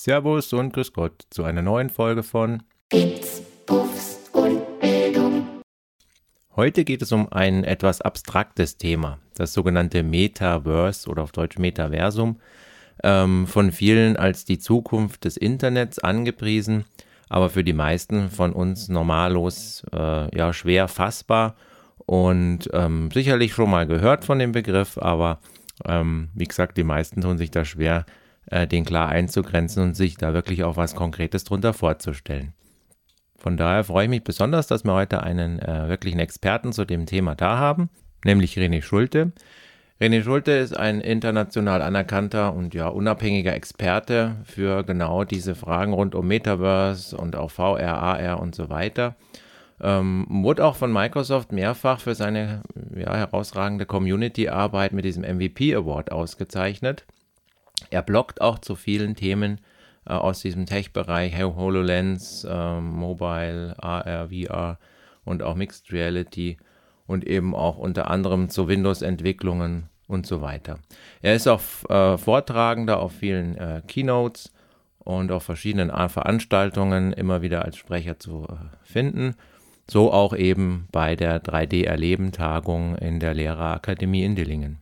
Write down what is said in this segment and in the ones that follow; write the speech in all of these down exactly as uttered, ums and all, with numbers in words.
Servus und grüß Gott zu einer neuen Folge von Bits, Puffs und Bildung. Heute geht es um ein etwas abstraktes Thema, das sogenannte Metaverse oder auf Deutsch Metaversum, ähm, von vielen als die Zukunft des Internets angepriesen, aber für die meisten von uns normallos äh, ja schwer fassbar und ähm, sicherlich schon mal gehört von dem Begriff, aber ähm, wie gesagt, die meisten tun sich da schwer, den klar einzugrenzen und sich da wirklich auch was Konkretes drunter vorzustellen. Von daher freue ich mich besonders, dass wir heute einen äh, wirklichen Experten zu dem Thema da haben, nämlich René Schulte. René Schulte ist ein international anerkannter und ja unabhängiger Experte für genau diese Fragen rund um Metaverse und auch V R, A R und so weiter. Ähm, wurde auch von Microsoft mehrfach für seine ja, herausragende Community-Arbeit mit diesem M V P Award ausgezeichnet. Er bloggt auch zu vielen Themen äh, aus diesem Tech-Bereich, HoloLens, äh, Mobile, A R, V R und auch Mixed Reality und eben auch unter anderem zu Windows-Entwicklungen und so weiter. Er ist auch äh, Vortragender auf vielen äh, Keynotes und auf verschiedenen Veranstaltungen immer wieder als Sprecher zu äh, finden. So auch eben bei der drei D-Erleben-Tagung in der Lehrerakademie in Dillingen.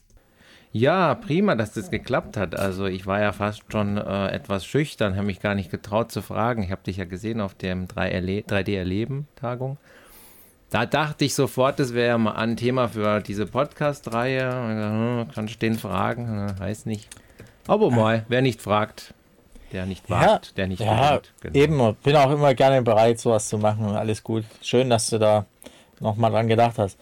Ja, prima, dass das geklappt hat. Also ich war ja fast schon äh, etwas schüchtern, habe mich gar nicht getraut zu fragen. Ich habe dich ja gesehen auf dem drei D-Erleben-Tagung. Da dachte ich sofort, das wäre ja mal ein Thema für diese Podcast-Reihe. Hm, kannst du den fragen? Hm, weiß nicht. Aber mal, wer nicht fragt, der nicht wagt, ja, der nicht ja, gewinnt. Genau. Eben, bin auch immer gerne bereit, sowas zu machen. Alles gut. Schön, dass du da nochmal dran gedacht hast.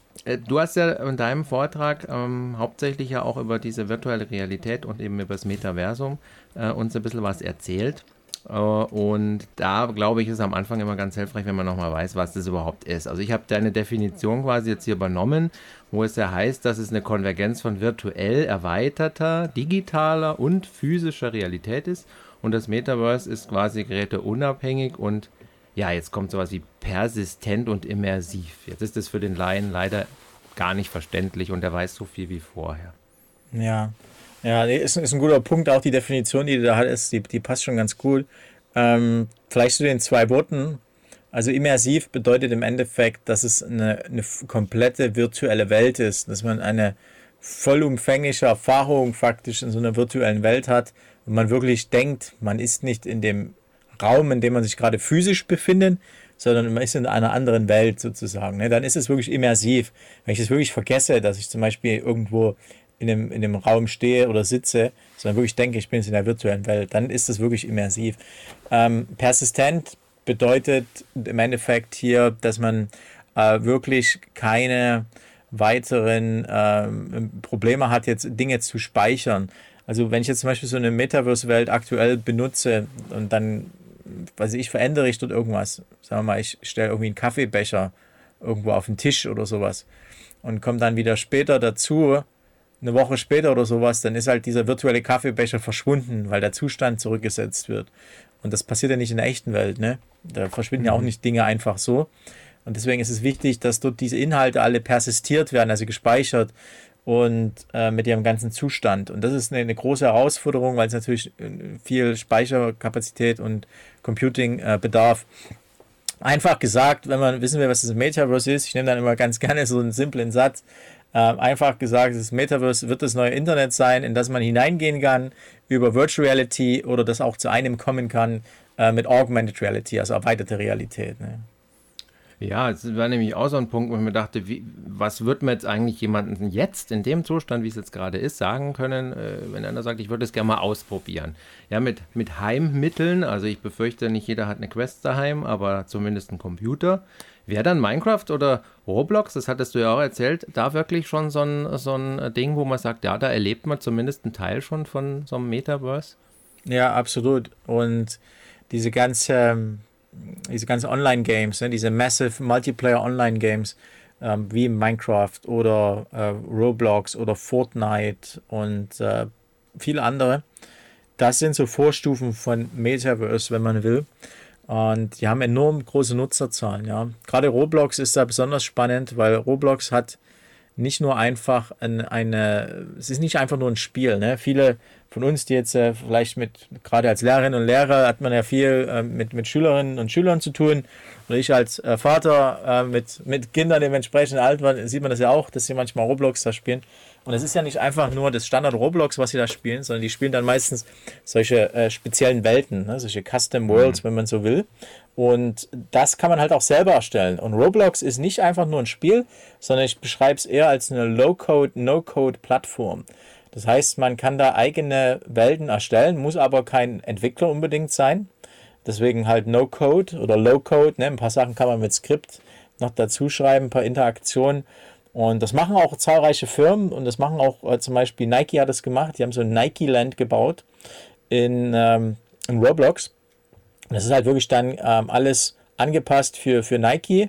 Du hast ja in deinem Vortrag ähm, hauptsächlich ja auch über diese virtuelle Realität und eben über das Metaversum äh, uns ein bisschen was erzählt. Äh, und da, glaube ich, ist am Anfang immer ganz hilfreich, wenn man nochmal weiß, was das überhaupt ist. Also ich habe deine Definition quasi jetzt hier übernommen, wo es ja heißt, dass es eine Konvergenz von virtuell erweiterter, digitaler und physischer Realität ist. Und das Metaverse ist quasi geräteunabhängig und ja, jetzt kommt sowas wie persistent und immersiv. Jetzt ist das für den Laien leider gar nicht verständlich und er weiß so viel wie vorher. Ja, ja, ist, ist ein guter Punkt. Auch die Definition, die du da hattest, die, die passt schon ganz gut. Ähm, vielleicht zu den zwei Worten. Also immersiv bedeutet im Endeffekt, dass es eine, eine komplette virtuelle Welt ist, dass man eine vollumfängliche Erfahrung faktisch in so einer virtuellen Welt hat und man wirklich denkt, man ist nicht in dem Raum, in dem man sich gerade physisch befindet, sondern man ist in einer anderen Welt sozusagen. Ne? Dann ist es wirklich immersiv. Wenn ich das wirklich vergesse, dass ich zum Beispiel irgendwo in einem, in einem Raum stehe oder sitze, sondern wirklich denke, ich bin jetzt in der virtuellen Welt, dann ist das wirklich immersiv. Ähm, persistent bedeutet im Endeffekt hier, dass man äh, wirklich keine weiteren ähm, Probleme hat, jetzt Dinge zu speichern. Also wenn ich jetzt zum Beispiel so eine Metaverse-Welt aktuell benutze und dann weiß ich, verändere ich dort irgendwas. Sagen wir mal, ich stelle irgendwie einen Kaffeebecher irgendwo auf den Tisch oder sowas und komme dann wieder später dazu, eine Woche später oder sowas, dann ist halt dieser virtuelle Kaffeebecher verschwunden, weil der Zustand zurückgesetzt wird. Und das passiert ja nicht in der echten Welt, ne? Da verschwinden mhm. ja auch nicht Dinge einfach so. Und deswegen ist es wichtig, dass dort diese Inhalte alle persistiert werden, also gespeichert und äh, mit ihrem ganzen Zustand. Und das ist eine, eine große Herausforderung, weil es natürlich viel Speicherkapazität und Computing äh, bedarf. Einfach gesagt, wenn man wissen will, was das Metaverse ist, ich nehme dann immer ganz gerne so einen simplen Satz, äh, einfach gesagt, das Metaverse wird das neue Internet sein, in das man hineingehen kann über Virtual Reality oder das auch zu einem kommen kann äh, mit Augmented Reality, also erweiterte Realität. Ne? Ja, es war nämlich auch so ein Punkt, wo ich mir dachte, wie, was wird man jetzt eigentlich jemandem jetzt in dem Zustand, wie es jetzt gerade ist, sagen können, äh, wenn einer sagt, ich würde es gerne mal ausprobieren. Ja, mit, mit Heimmitteln, also ich befürchte, nicht jeder hat eine Quest daheim, aber zumindest einen Computer. Wäre dann Minecraft oder Roblox, das hattest du ja auch erzählt, da wirklich schon so ein, so ein Ding, wo man sagt, ja, da erlebt man zumindest einen Teil schon von so einem Metaverse? Ja, absolut. Und diese ganze... diese ganzen Online-Games, ne, diese Massive Multiplayer-Online-Games ähm, wie Minecraft oder äh, Roblox oder Fortnite und äh, viele andere, das sind so Vorstufen von Metaverse, wenn man will. Und die haben enorm große Nutzerzahlen. Ja. Gerade Roblox ist da besonders spannend, weil Roblox hat nicht nur einfach eine, eine es ist nicht einfach nur ein Spiel. Ne? Viele von uns, die jetzt äh, vielleicht mit, gerade als Lehrerinnen und Lehrer, hat man ja viel äh, mit, mit Schülerinnen und Schülern zu tun. Und ich als äh, Vater äh, mit, mit Kindern dementsprechend alt war, sieht man das ja auch, dass sie manchmal Roblox da spielen. Und es ist ja nicht einfach nur das Standard Roblox, was sie da spielen, sondern die spielen dann meistens solche äh, speziellen Welten, ne? Solche Custom Worlds, mhm. wenn man so will. Und das kann man halt auch selber erstellen. Und Roblox ist nicht einfach nur ein Spiel, sondern ich beschreibe es eher als eine Low-Code, No-Code-Plattform. Das heißt, man kann da eigene Welten erstellen, muss aber kein Entwickler unbedingt sein. Deswegen halt No-Code oder Low-Code. Ne? Ein paar Sachen kann man mit Skript noch dazu schreiben, ein paar Interaktionen. Und das machen auch zahlreiche Firmen und das machen auch äh, zum Beispiel Nike hat das gemacht. Die haben so ein Nike-Land gebaut in, ähm, in Roblox. Und das ist halt wirklich dann ähm, alles angepasst für, für Nike.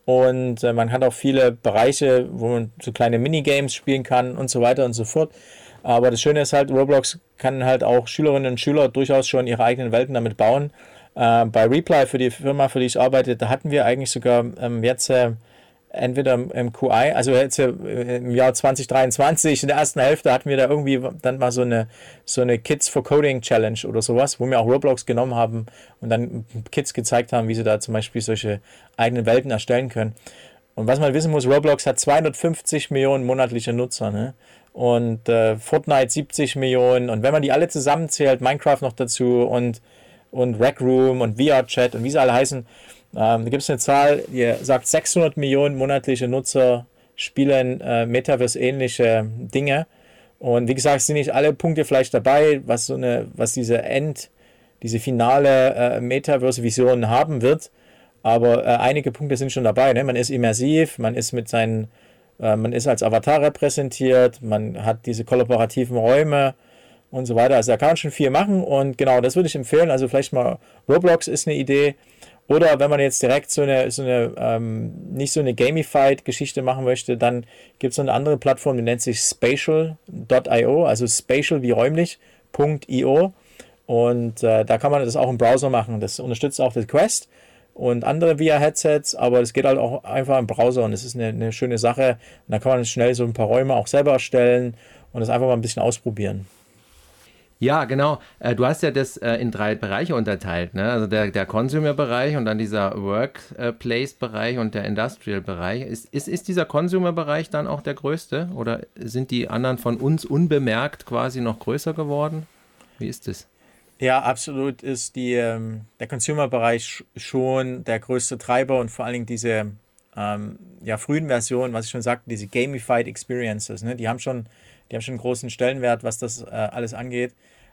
Und äh, man hat auch viele Bereiche, wo man so kleine Minigames spielen kann und so weiter und so fort. Aber das Schöne ist halt, Roblox kann halt auch Schülerinnen und Schüler durchaus schon ihre eigenen Welten damit bauen. Äh, bei Reply, für die Firma, für die ich arbeite, da hatten wir eigentlich sogar ähm, jetzt äh, entweder im Q I, also jetzt im Jahr zwanzig dreiundzwanzig, in der ersten Hälfte hatten wir da irgendwie dann mal so eine, so eine Kids for Coding Challenge oder sowas, wo wir auch Roblox genommen haben und dann Kids gezeigt haben, wie sie da zum Beispiel solche eigenen Welten erstellen können. Und was man wissen muss, Roblox hat zweihundertfünfzig Millionen monatliche Nutzer, ne? Und äh, Fortnite siebzig Millionen und wenn man die alle zusammenzählt, Minecraft noch dazu und, und Rec Room und V R-Chat und wie sie alle heißen, Ähm, da gibt es eine Zahl, die sagt, sechshundert Millionen monatliche Nutzer spielen äh, Metaverse-ähnliche Dinge. Und wie gesagt, sind nicht alle Punkte vielleicht dabei, was so eine, was diese End, diese finale äh, Metaverse-Vision haben wird. Aber äh, einige Punkte sind schon dabei. Ne? Man ist immersiv, man ist mit seinen, äh, man ist als Avatar repräsentiert, man hat diese kollaborativen Räume und so weiter. Also da kann man schon viel machen. Und genau, das würde ich empfehlen. Also vielleicht mal Roblox ist eine Idee. Oder wenn man jetzt direkt so eine, so eine ähm, nicht so eine Gamified-Geschichte machen möchte, dann gibt es noch eine andere Plattform, die nennt sich spatial Punkt i o, also spatial wie räumlich, .io. Und äh, da kann man das auch im Browser machen. Das unterstützt auch das Quest und andere V R-Headsets, aber das geht halt auch einfach im Browser und das ist eine, eine schöne Sache. Und da kann man schnell so ein paar Räume auch selber erstellen und das einfach mal ein bisschen ausprobieren. Ja, genau. Äh, du hast ja das äh, in drei Bereiche unterteilt, ne? Also der, der Consumer-Bereich und dann dieser Workplace-Bereich und der Industrial-Bereich. Ist, ist, ist dieser Consumer-Bereich dann auch der größte oder sind die anderen von uns unbemerkt quasi noch größer geworden? Wie ist es? Ja, absolut ist die, ähm, der Consumer-Bereich schon der größte Treiber und vor allen Dingen diese ähm, ja, frühen Versionen, was ich schon sagte, diese Gamified Experiences, ne? Die haben schon Die haben schon einen großen Stellenwert, was das äh, alles angeht.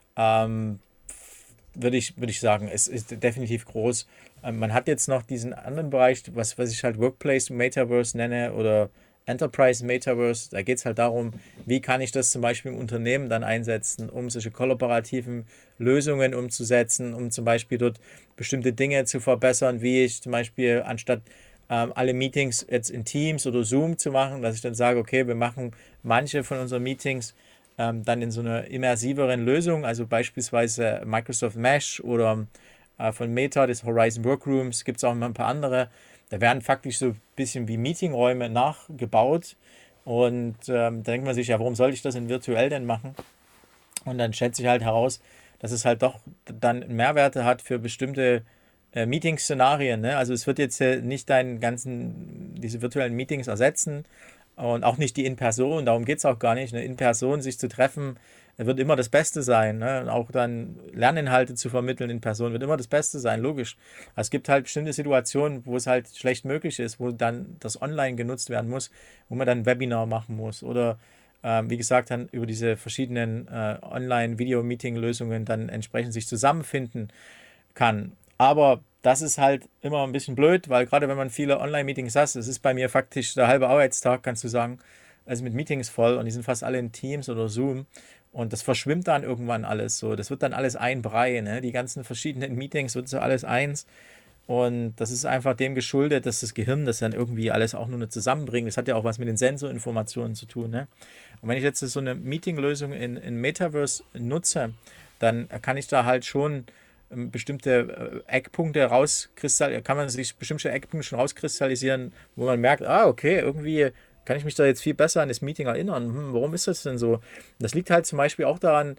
Ähm, würde ich, würd ich sagen, es ist definitiv groß. Ähm, man hat jetzt noch diesen anderen Bereich, was, was ich halt Workplace Metaverse nenne oder Enterprise Metaverse. Da geht es halt darum, wie kann ich das zum Beispiel im Unternehmen dann einsetzen, um solche kollaborativen Lösungen umzusetzen, um zum Beispiel dort bestimmte Dinge zu verbessern, wie ich zum Beispiel anstatt ähm, alle Meetings jetzt in Teams oder Zoom zu machen, dass ich dann sage, okay, wir machen manche von unseren Meetings ähm, dann in so einer immersiveren Lösung, also beispielsweise Microsoft Mesh oder äh, von Meta, des Horizon Workrooms, gibt es auch noch ein paar andere. Da werden faktisch so ein bisschen wie Meetingräume nachgebaut und ähm, da denkt man sich, ja, warum sollte ich das in virtuell denn machen? Und dann stellt sich halt heraus, dass es halt doch dann Mehrwerte hat für bestimmte äh, Meeting-Szenarien. Ne? Also es wird jetzt äh, nicht deinen ganzen, diese virtuellen Meetings ersetzen und auch nicht die In-Person, darum geht es auch gar nicht. Ne? In Person sich zu treffen, wird immer das Beste sein. Ne? Und auch dann Lerninhalte zu vermitteln in Person wird immer das Beste sein, logisch. Also es gibt halt bestimmte Situationen, wo es halt schlecht möglich ist, wo dann das online genutzt werden muss, wo man dann ein Webinar machen muss oder ähm, wie gesagt dann über diese verschiedenen äh, Online-Video-Meeting-Lösungen dann entsprechend sich zusammenfinden kann. Aber das ist halt immer ein bisschen blöd, weil gerade wenn man viele Online-Meetings hat, das ist bei mir faktisch der halbe Arbeitstag, kannst du sagen, also mit Meetings voll und die sind fast alle in Teams oder Zoom und das verschwimmt dann irgendwann alles so. Das wird dann alles ein Brei, ne? Die ganzen verschiedenen Meetings wird so alles eins und das ist einfach dem geschuldet, dass das Gehirn das dann irgendwie alles auch nur nicht zusammenbringt. Das hat ja auch was mit den Sensorinformationen zu tun, ne? Und wenn ich jetzt so eine Meeting-Lösung in, in Metaverse nutze, dann kann ich da halt schon bestimmte Eckpunkte rauskristallisieren, kann man sich bestimmte Eckpunkte schon rauskristallisieren, wo man merkt, ah, okay, irgendwie kann ich mich da jetzt viel besser an das Meeting erinnern. Hm, warum ist das denn so? Das liegt halt zum Beispiel auch daran,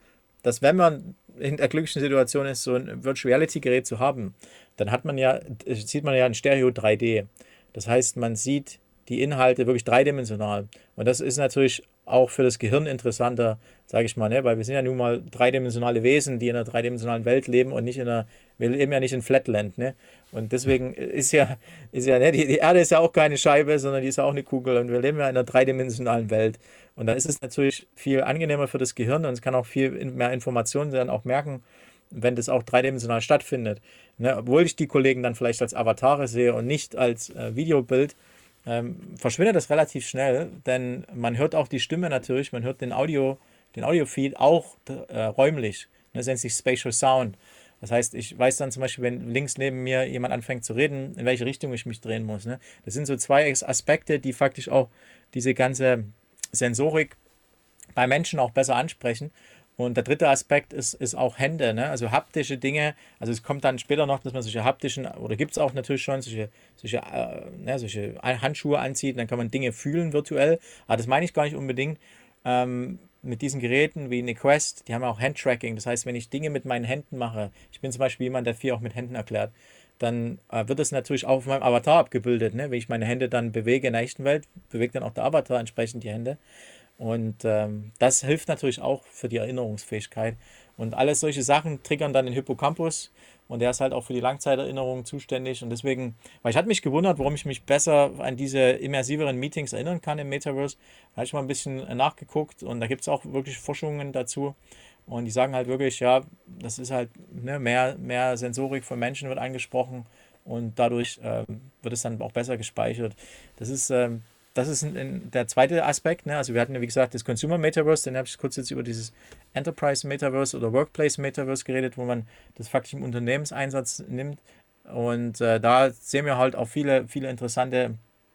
dass wenn man in der glücklichen Situation ist, so ein Virtual Reality Gerät zu haben, dann hat man ja, sieht man ja in Stereo drei D. Das heißt, man sieht die Inhalte wirklich dreidimensional. Und das ist natürlich auch für das Gehirn interessanter, sage ich mal, ne? Weil wir sind ja nun mal dreidimensionale Wesen, die in einer dreidimensionalen Welt leben und nicht in einer, wir leben ja nicht in Flatland, ne? Und deswegen ist ja, ist ja, ne? Die, die Erde ist ja auch keine Scheibe, sondern die ist ja auch eine Kugel und wir leben ja in einer dreidimensionalen Welt. Und da ist es natürlich viel angenehmer für das Gehirn und es kann auch viel mehr Informationen dann auch merken, wenn das auch dreidimensional stattfindet. Ne? Obwohl ich die Kollegen dann vielleicht als Avatare sehe und nicht als äh, Videobild, ähm, verschwindet das relativ schnell, denn man hört auch die Stimme natürlich, man hört den Audio, den Audio-Feed auch äh, räumlich. Das nennt sich Spatial Sound. Das heißt, ich weiß dann zum Beispiel, wenn links neben mir jemand anfängt zu reden, in welche Richtung ich mich drehen muss. Ne? Das sind so zwei Aspekte, die faktisch auch diese ganze Sensorik bei Menschen auch besser ansprechen. Und der dritte Aspekt ist, ist auch Hände, ne? Also haptische Dinge. Also es kommt dann später noch, dass man solche haptischen, oder gibt es auch natürlich schon, solche, solche, äh, ne, solche Handschuhe anzieht, dann kann man Dinge fühlen virtuell. Aber das meine ich gar nicht unbedingt. Ähm, mit diesen Geräten wie eine Quest, die haben auch Handtracking. Das heißt, wenn ich Dinge mit meinen Händen mache, ich bin zum Beispiel jemand, der viel auch mit Händen erklärt, dann äh, wird es natürlich auch auf meinem Avatar abgebildet. Ne? Wenn ich meine Hände dann bewege in der echten Welt, bewegt dann auch der Avatar entsprechend die Hände. Und ähm, das hilft natürlich auch für die Erinnerungsfähigkeit. Und alles solche Sachen triggern dann den Hippocampus und der ist halt auch für die Langzeiterinnerung zuständig. Und deswegen, weil ich hatte mich gewundert, warum ich mich besser an diese immersiveren Meetings erinnern kann im Metaverse. Da habe ich mal ein bisschen nachgeguckt und da gibt es auch wirklich Forschungen dazu. Und die sagen halt wirklich, ja, das ist halt ne, mehr, mehr Sensorik von Menschen wird angesprochen und dadurch ähm, wird es dann auch besser gespeichert. Das ist ähm, Das ist ein, ein, der zweite Aspekt. Ne? Also wir hatten ja, wie gesagt, das Consumer Metaverse, dann habe ich kurz jetzt über dieses Enterprise Metaverse oder Workplace Metaverse geredet, wo man das faktisch im Unternehmenseinsatz nimmt. Und äh, da sehen wir halt auch viele, viele interessante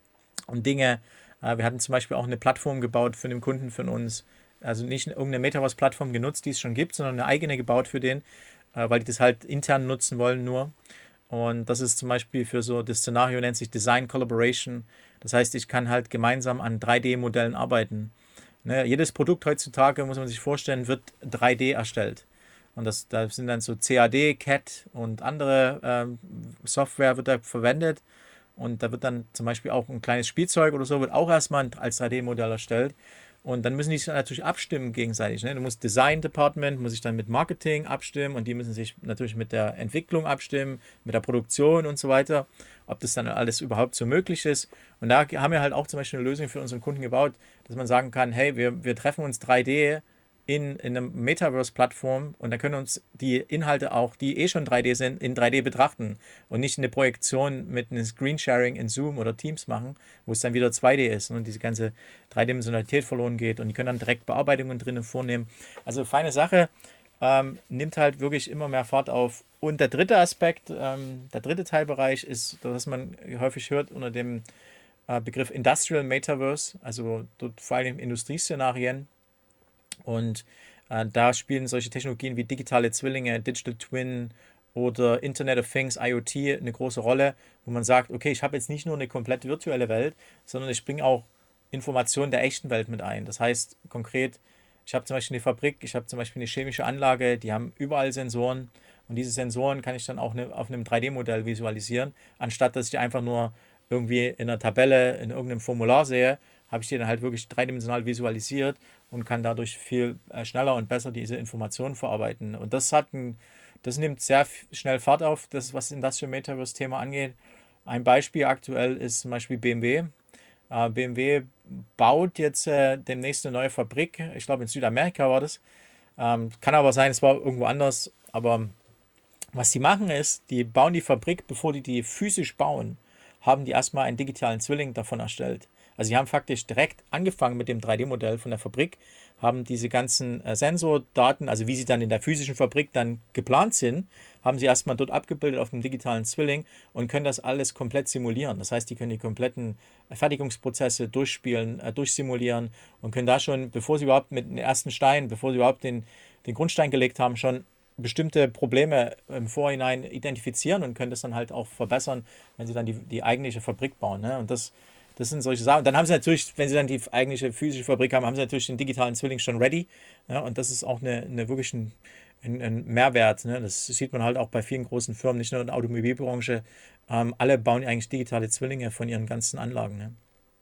Dinge. Äh, wir hatten zum Beispiel auch eine Plattform gebaut für einen Kunden von uns. Also nicht irgendeine Metaverse-Plattform genutzt, die es schon gibt, sondern eine eigene gebaut für den, äh, weil die das halt intern nutzen wollen nur. Und das ist zum Beispiel für so, das Szenario nennt sich Design Collaboration. Das heißt, ich kann halt gemeinsam an drei D-Modellen arbeiten. Ne, jedes Produkt heutzutage, muss man sich vorstellen, wird drei D erstellt. Und das, da sind dann so C A D, C A D und andere ähm, Software wird da verwendet. Und da wird dann zum Beispiel auch ein kleines Spielzeug oder so, wird auch erstmal als drei D-Modell erstellt. Und dann müssen die sich natürlich abstimmen gegenseitig. Ne? Du musst Design Department, muss sich dann mit Marketing abstimmen und die müssen sich natürlich mit der Entwicklung abstimmen, mit der Produktion und so weiter, ob das dann alles überhaupt so möglich ist. Und da haben wir halt auch zum Beispiel eine Lösung für unseren Kunden gebaut, dass man sagen kann, hey, wir, wir treffen uns drei D in, in einer Metaverse-Plattform und dann können uns die Inhalte auch, die eh schon drei D sind, in drei D betrachten und nicht eine Projektion mit einem Screensharing in Zoom oder Teams machen, wo es dann wieder zwei D ist und diese ganze Dreidimensionalität verloren geht und die können dann direkt Bearbeitungen drinnen vornehmen. Also feine Sache, ähm, nimmt halt wirklich immer mehr Fahrt auf. Und der dritte Aspekt, ähm, der dritte Teilbereich ist, was man häufig hört unter dem äh, Begriff Industrial Metaverse, also dort vor allem Industrieszenarien. Und äh, da spielen solche Technologien wie digitale Zwillinge, Digital Twin oder Internet of Things, IoT eine große Rolle, wo man sagt, okay, ich habe jetzt nicht nur eine komplett virtuelle Welt, sondern ich bringe auch Informationen der echten Welt mit ein. Das heißt konkret, ich habe zum Beispiel eine Fabrik, ich habe zum Beispiel eine chemische Anlage, die haben überall Sensoren und diese Sensoren kann ich dann auch ne, auf einem drei D-Modell visualisieren, anstatt dass ich die einfach nur irgendwie in einer Tabelle, in irgendeinem Formular sehe, habe ich die dann halt wirklich dreidimensional visualisiert und kann dadurch viel äh, schneller und besser diese Informationen verarbeiten. Und das hat ein, das nimmt sehr f- schnell Fahrt auf, das was Industrial Metaverse Thema angeht. Ein Beispiel aktuell ist zum Beispiel B M W. Äh, B M W baut jetzt äh, demnächst eine neue Fabrik. Ich glaube in Südamerika war das. Ähm, kann aber sein, es war irgendwo anders. Aber was die machen ist, die bauen die Fabrik, bevor die die physisch bauen, haben die erstmal einen digitalen Zwilling davon erstellt. Also sie haben faktisch direkt angefangen mit dem drei D-Modell von der Fabrik, haben diese ganzen äh, Sensordaten, also wie sie dann in der physischen Fabrik dann geplant sind, haben sie erstmal dort abgebildet auf dem digitalen Zwilling und können das alles komplett simulieren. Das heißt, die können die kompletten Fertigungsprozesse durchspielen, äh, durchsimulieren und können da schon, bevor sie überhaupt mit dem ersten Stein, bevor sie überhaupt den, den Grundstein gelegt haben, schon bestimmte Probleme im Vorhinein identifizieren und können das dann halt auch verbessern, wenn sie dann die, die eigentliche Fabrik bauen. Ne? Und das Das sind solche Sachen. Und dann haben sie natürlich, wenn sie dann die eigentliche physische Fabrik haben, haben sie natürlich den digitalen Zwilling schon ready. Ja, und das ist auch eine, eine wirklich ein, ein, ein Mehrwert. Ne? Das sieht man halt auch bei vielen großen Firmen, nicht nur in der Automobilbranche. Ähm, alle bauen eigentlich digitale Zwillinge von ihren ganzen Anlagen. Ne?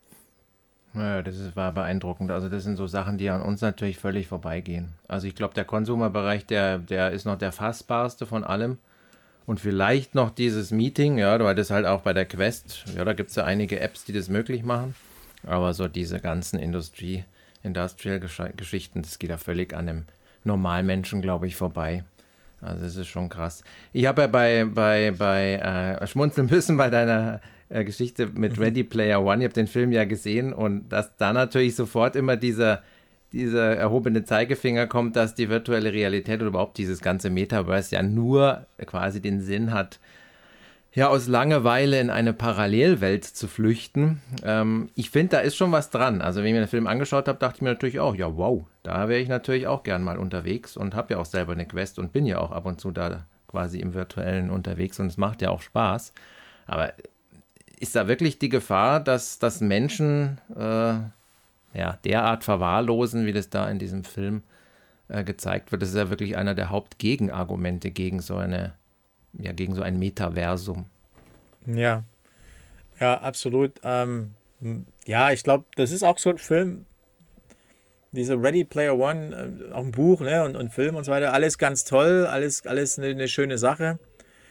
Ja, das ist, war beeindruckend. Also das sind so Sachen, die an uns natürlich völlig vorbeigehen. Also ich glaube, der Konsumerbereich, der, der ist noch der fassbarste von allem. Und vielleicht noch dieses Meeting, ja, weil das halt auch bei der Quest, ja, da gibt es ja einige Apps, die das möglich machen. Aber so diese ganzen Industrie, Industrial-Geschichten, das geht ja völlig an dem Normalmenschen, glaube ich, vorbei. Also das ist schon krass. Ich habe ja bei, bei, bei äh, schmunzeln müssen bei deiner äh, Geschichte mit Ready Player One. Ich habe den Film ja gesehen und dass da natürlich sofort immer dieser, dieser erhobene Zeigefinger kommt, dass die virtuelle Realität oder überhaupt dieses ganze Metaverse ja nur quasi den Sinn hat, ja, aus Langeweile in eine Parallelwelt zu flüchten. Ähm, ich finde, da ist schon was dran. Also, wenn ich mir den Film angeschaut habe, dachte ich mir natürlich auch, ja, wow, da wäre ich natürlich auch gern mal unterwegs und habe ja auch selber eine Quest und bin ja auch ab und zu da quasi im Virtuellen unterwegs und es macht ja auch Spaß. Aber ist da wirklich die Gefahr, dass, dass Menschen äh, ja, derart verwahrlosen, wie das da in diesem Film äh, gezeigt wird? Das ist ja wirklich einer der Hauptgegenargumente gegen so eine ja, gegen so ein Metaversum. Ja, ja, absolut. Ähm, ja, ich glaube, das ist auch so ein Film, dieser Ready Player One, äh, auch ein Buch, ne, und, und Film und so weiter, alles ganz toll, alles, alles eine, eine schöne Sache.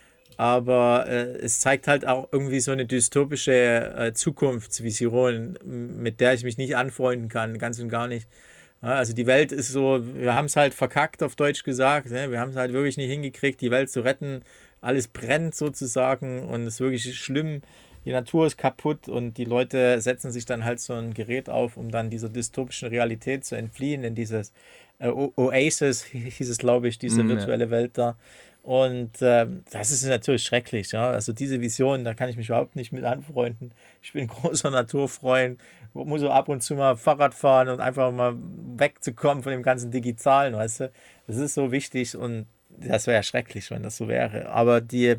Aber äh, es zeigt halt auch irgendwie so eine dystopische äh, Zukunftsvision, mit der ich mich nicht anfreunden kann, ganz und gar nicht. Ja, also die Welt ist so, wir haben es halt verkackt, auf Deutsch gesagt. Ne? Wir haben es halt wirklich nicht hingekriegt, die Welt zu retten. Alles brennt sozusagen und es ist wirklich schlimm. Die Natur ist kaputt und die Leute setzen sich dann halt so ein Gerät auf, um dann dieser dystopischen Realität zu entfliehen, in dieses äh, O- Oasis, hieß es, glaube ich, diese Mm, ja. virtuelle Welt da. Und ähm, das ist natürlich schrecklich, ja. Also diese Vision, da kann ich mich überhaupt nicht mit anfreunden. Ich bin ein großer Naturfreund, muss so ab und zu mal Fahrrad fahren und einfach mal wegzukommen von dem ganzen Digitalen, weißt du. Das ist so wichtig und das wäre ja schrecklich, wenn das so wäre. Aber die,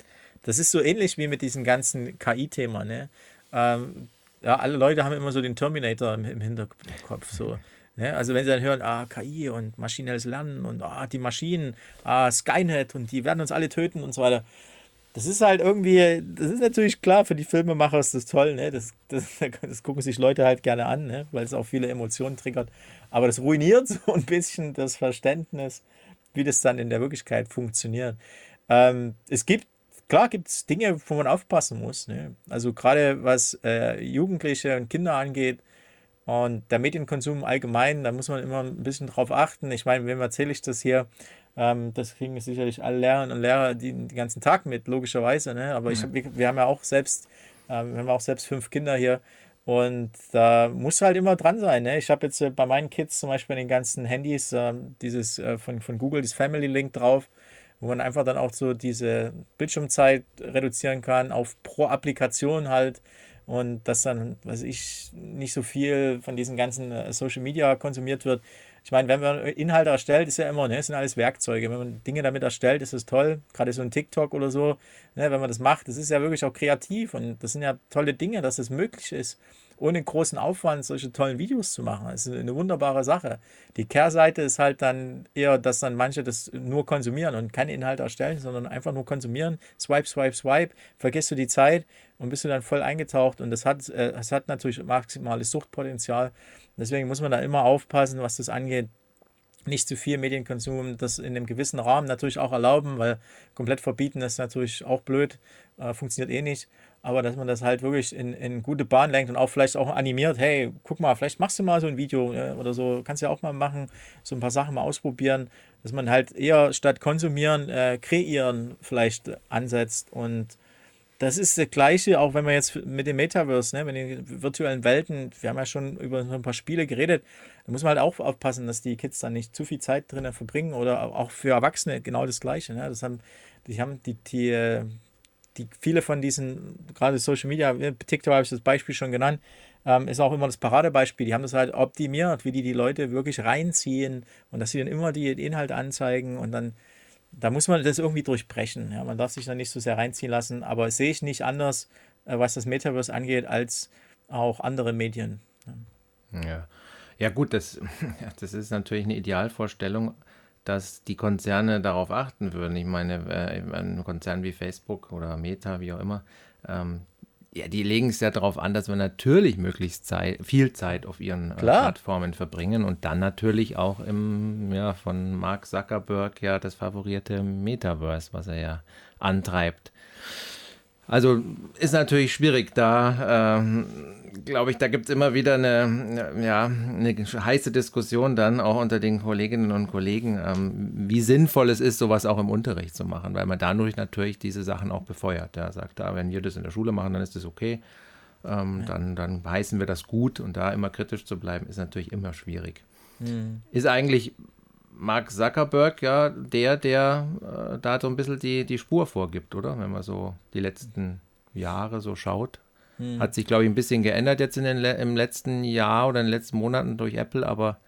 das ist so ähnlich wie mit diesem ganzen K I-Thema, ne? Ähm, ja, alle Leute haben immer so den Terminator im, im Hinterkopf, so. Ne? Also wenn sie dann hören, ah, K I und maschinelles Lernen und ah, die Maschinen, ah, Skynet und die werden uns alle töten und so weiter. Das ist halt irgendwie, das ist natürlich klar, für die Filmemacher ist das toll, ne? Das, das, das gucken sich Leute halt gerne an, ne? Weil es auch viele Emotionen triggert. Aber das ruiniert so ein bisschen das Verständnis, wie das dann in der Wirklichkeit funktioniert. Ähm, es gibt, klar gibt es Dinge, wo man aufpassen muss, ne? Also gerade was äh, Jugendliche und Kinder angeht und der Medienkonsum allgemein, da muss man immer ein bisschen drauf achten. Ich meine, wem erzähle ich das hier? Ähm, das kriegen sicherlich alle Lehrerinnen und Lehrer die, den ganzen Tag mit, logischerweise, ne? Aber ich, wir, wir haben ja auch selbst, ähm, wir haben auch selbst fünf Kinder hier. Und da muss halt immer dran sein. Ne? Ich habe jetzt äh, bei meinen Kids zum Beispiel in den ganzen Handys ähm, dieses äh, von, von Google, das Family Link drauf, wo man einfach dann auch so diese Bildschirmzeit reduzieren kann auf pro Applikation halt und dass dann, weiß ich, nicht so viel von diesen ganzen äh, Social Media konsumiert wird. Ich meine, wenn man Inhalte erstellt, ist ja immer, ne, das sind alles Werkzeuge. Wenn man Dinge damit erstellt, ist es toll. Gerade so ein TikTok oder so, ne, wenn man das macht, das ist ja wirklich auch kreativ und das sind ja tolle Dinge, dass es möglich ist, ohne großen Aufwand solche tollen Videos zu machen. Das ist eine wunderbare Sache. Die Kehrseite ist halt dann eher, dass dann manche das nur konsumieren und keine Inhalte erstellen, sondern einfach nur konsumieren. Swipe, swipe, swipe. Vergisst du die Zeit und bist du dann voll eingetaucht. Und das hat, äh, das hat natürlich maximales Suchtpotenzial. Deswegen muss man da immer aufpassen, was das angeht. Nicht zu viel Medienkonsum, das in einem gewissen Rahmen natürlich auch erlauben, weil komplett verbieten ist natürlich auch blöd, äh, funktioniert eh nicht. Aber dass man das halt wirklich in, in gute Bahn lenkt und auch vielleicht auch animiert, hey, guck mal, vielleicht machst du mal so ein Video äh, oder so, kannst du ja auch mal machen, so ein paar Sachen mal ausprobieren, dass man halt eher statt konsumieren, äh, kreieren vielleicht ansetzt und das ist das Gleiche, auch wenn wir jetzt mit dem Metaverse, ne, mit den virtuellen Welten, wir haben ja schon über so ein paar Spiele geredet, da muss man halt auch aufpassen, dass die Kids dann nicht zu viel Zeit drinnen verbringen oder auch für Erwachsene genau das Gleiche. Ne? Das haben, die haben die, die, die viele von diesen, gerade Social Media, TikTok habe ich das Beispiel schon genannt, ähm, ist auch immer das Paradebeispiel. Die haben das halt optimiert, wie die die Leute wirklich reinziehen und dass sie dann immer die Inhalte anzeigen und dann da muss man das irgendwie durchbrechen. Ja? Man darf sich da nicht so sehr reinziehen lassen, aber sehe ich nicht anders, äh, was das Metaverse angeht, als auch andere Medien. Ja, ja gut, das, ja, das ist natürlich eine Idealvorstellung, dass die Konzerne darauf achten würden. Ich meine, äh, ein Konzern wie Facebook oder Meta, wie auch immer, ähm, ja, die legen es ja darauf an, dass wir natürlich möglichst Zeit, viel Zeit auf ihren äh, Klar. Plattformen verbringen und dann natürlich auch im, ja, von Mark Zuckerberg ja das favorierte Metaverse, was er ja antreibt. Also ist natürlich schwierig, da ähm, glaube ich, da gibt es immer wieder eine, ja, eine heiße Diskussion dann auch unter den Kolleginnen und Kollegen, ähm, wie sinnvoll es ist, sowas auch im Unterricht zu machen, weil man dadurch natürlich diese Sachen auch befeuert. Ja, sagt, da, wenn wir das in der Schule machen, dann ist das okay, ähm, dann, dann heißen wir das gut und da immer kritisch zu bleiben, ist natürlich immer schwierig. Hm. Ist eigentlich Mark Zuckerberg ja der, der äh, da so ein bisschen die, die Spur vorgibt, oder? Wenn man so die letzten Jahre so schaut. Hm. Hat sich, glaube ich, ein bisschen geändert jetzt in den, im letzten Jahr oder in den letzten Monaten durch Apple, aber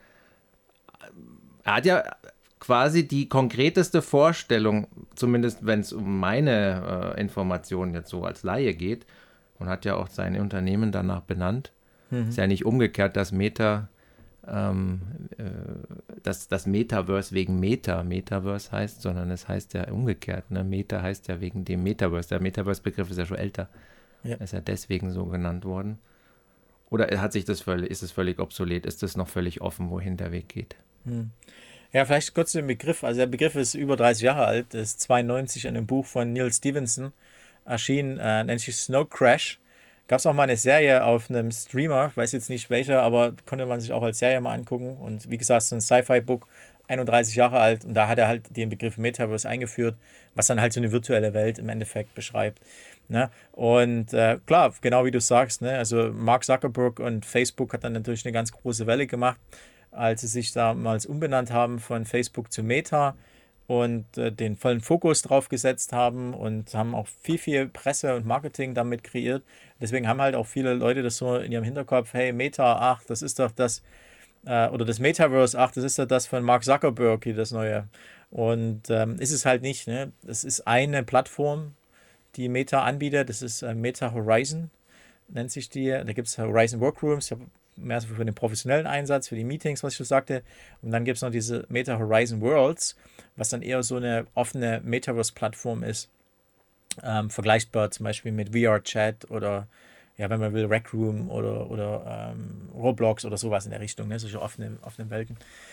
er hat ja quasi die konkreteste Vorstellung, zumindest wenn es um meine äh, Informationen jetzt so als Laie geht, und hat ja auch sein Unternehmen danach benannt. Mhm. Ist ja nicht umgekehrt, dass Meta ähm, äh, dass das Metaverse wegen Meta Metaverse heißt, sondern es heißt ja umgekehrt. Ne? Meta heißt ja wegen dem Metaverse. Der Metaverse-Begriff ist ja schon älter. Ja. Ist ja deswegen so genannt worden. Oder hat sich das völlig, ist es völlig obsolet? Ist es noch völlig offen, wohin der Weg geht? Hm. Ja, vielleicht kurz den Begriff. Also der Begriff ist über dreißig Jahre alt, ist zweiundneunzig in einem Buch von Neil Stephenson erschienen, äh, nennt sich Snow Crash. Gab es auch mal eine Serie auf einem Streamer, ich weiß jetzt nicht welcher, aber konnte man sich auch als Serie mal angucken. Und wie gesagt, so ein Sci-Fi-Book, einunddreißig Jahre alt. Und da hat er halt den Begriff Metaverse eingeführt, was dann halt so eine virtuelle Welt im Endeffekt beschreibt. Ne? Und äh, klar, genau wie du sagst, ne? Also Mark Zuckerberg und Facebook hat dann natürlich eine ganz große Welle gemacht, als sie sich damals umbenannt haben von Facebook zu Meta und äh, den vollen Fokus drauf gesetzt haben und haben auch viel, viel Presse und Marketing damit kreiert. Deswegen haben halt auch viele Leute das so in ihrem Hinterkopf, hey, Meta, ach, das ist doch das, äh, oder das Metaverse, ach, das ist doch das von Mark Zuckerberg, hier das neue. Und ähm, ist es halt nicht, ne? Das ist eine Plattform, die Meta anbietet, das ist äh, Meta Horizon, nennt sich die. Da gibt es Horizon Workrooms, ich habe mehr so für den professionellen Einsatz, für die Meetings, was ich schon sagte. Und dann gibt es noch diese Meta Horizon Worlds, was dann eher so eine offene Metaverse-Plattform ist. Ähm, vergleichbar zum Beispiel mit V R-Chat oder, ja, wenn man will, Rec Room oder, oder ähm, Roblox oder sowas in der Richtung, ne? Solche offenen, offenen Welten.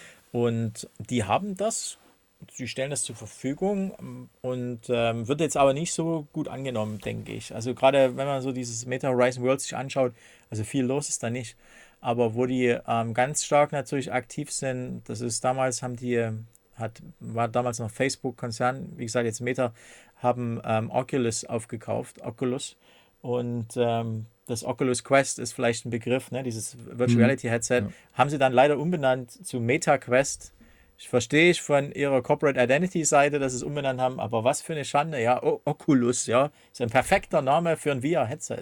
Und die haben das, sie stellen das zur Verfügung und ähm, wird jetzt aber nicht so gut angenommen, denke ich. Also gerade wenn man so dieses Meta Horizon World sich anschaut, also viel los ist da nicht. Aber wo die ähm, ganz stark natürlich aktiv sind, das ist damals, haben die, hat, war damals noch Facebook-Konzern, wie gesagt, jetzt Meta, haben ähm, Oculus aufgekauft, Oculus. Und ähm, das Oculus Quest ist vielleicht ein Begriff, ne? Dieses Virtual Reality Headset, Ja. haben sie dann leider umbenannt zu Meta Quest. Ich verstehe ich von ihrer Corporate Identity Seite, dass sie es umbenannt haben, aber was für eine Schande, ja, o Oculus, ja, ist ein perfekter Name für ein V R-Headset.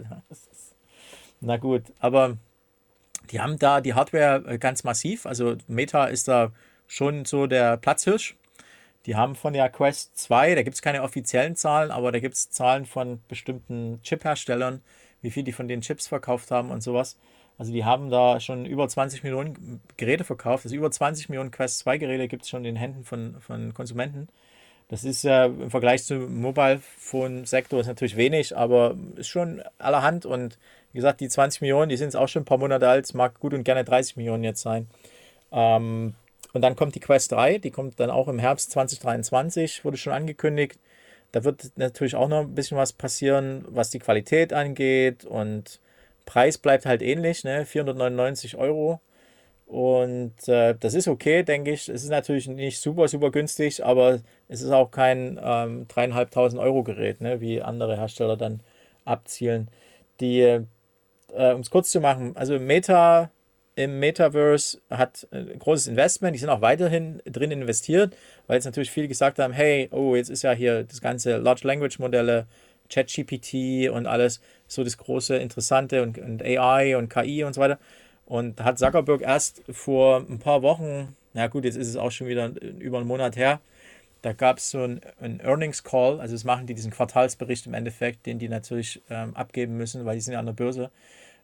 Na gut, aber die haben da die Hardware ganz massiv, also Meta ist da schon so der Platzhirsch. Die haben von der Quest zwei, da gibt es keine offiziellen Zahlen, aber da gibt es Zahlen von bestimmten Chip-Herstellern, wie viel die von den Chips verkauft haben und sowas. Also die haben da schon über zwanzig Millionen Geräte verkauft. Also über zwanzig Millionen Quest zwei Geräte gibt es schon in den Händen von, von Konsumenten. Das ist ja äh, im Vergleich zum Mobile Phone Sektor ist natürlich wenig, aber ist schon allerhand. Und wie gesagt, die zwanzig Millionen, die sind jetzt auch schon ein paar Monate alt. Es mag gut und gerne dreißig Millionen jetzt sein. Ähm, und dann kommt die Quest drei, die kommt dann auch im Herbst zwanzig dreiundzwanzig, wurde schon angekündigt. Da wird natürlich auch noch ein bisschen was passieren, was die Qualität angeht, und Preis bleibt halt ähnlich, ne? vierhundertneunundneunzig Euro. Und äh, das ist okay, denke ich. Es ist natürlich nicht super, super günstig, aber es ist auch kein ähm, dreieinhalbtausend Euro Gerät, ne? Wie andere Hersteller dann abzielen. Die, äh, um es kurz zu machen, also Meta im Metaverse hat ein großes Investment, die sind auch weiterhin drin investiert, weil jetzt natürlich viele gesagt haben, hey, oh, jetzt ist ja hier das ganze Large Language Modelle, ChatGPT und alles, so das große Interessante und, und A I und K I und so weiter. Und da hat Zuckerberg erst vor ein paar Wochen, na gut, jetzt ist es auch schon wieder über einen Monat her, da gab es so einen, einen Earnings Call, also das machen die diesen Quartalsbericht im Endeffekt, den die natürlich ähm, abgeben müssen, weil die sind ja an der Börse.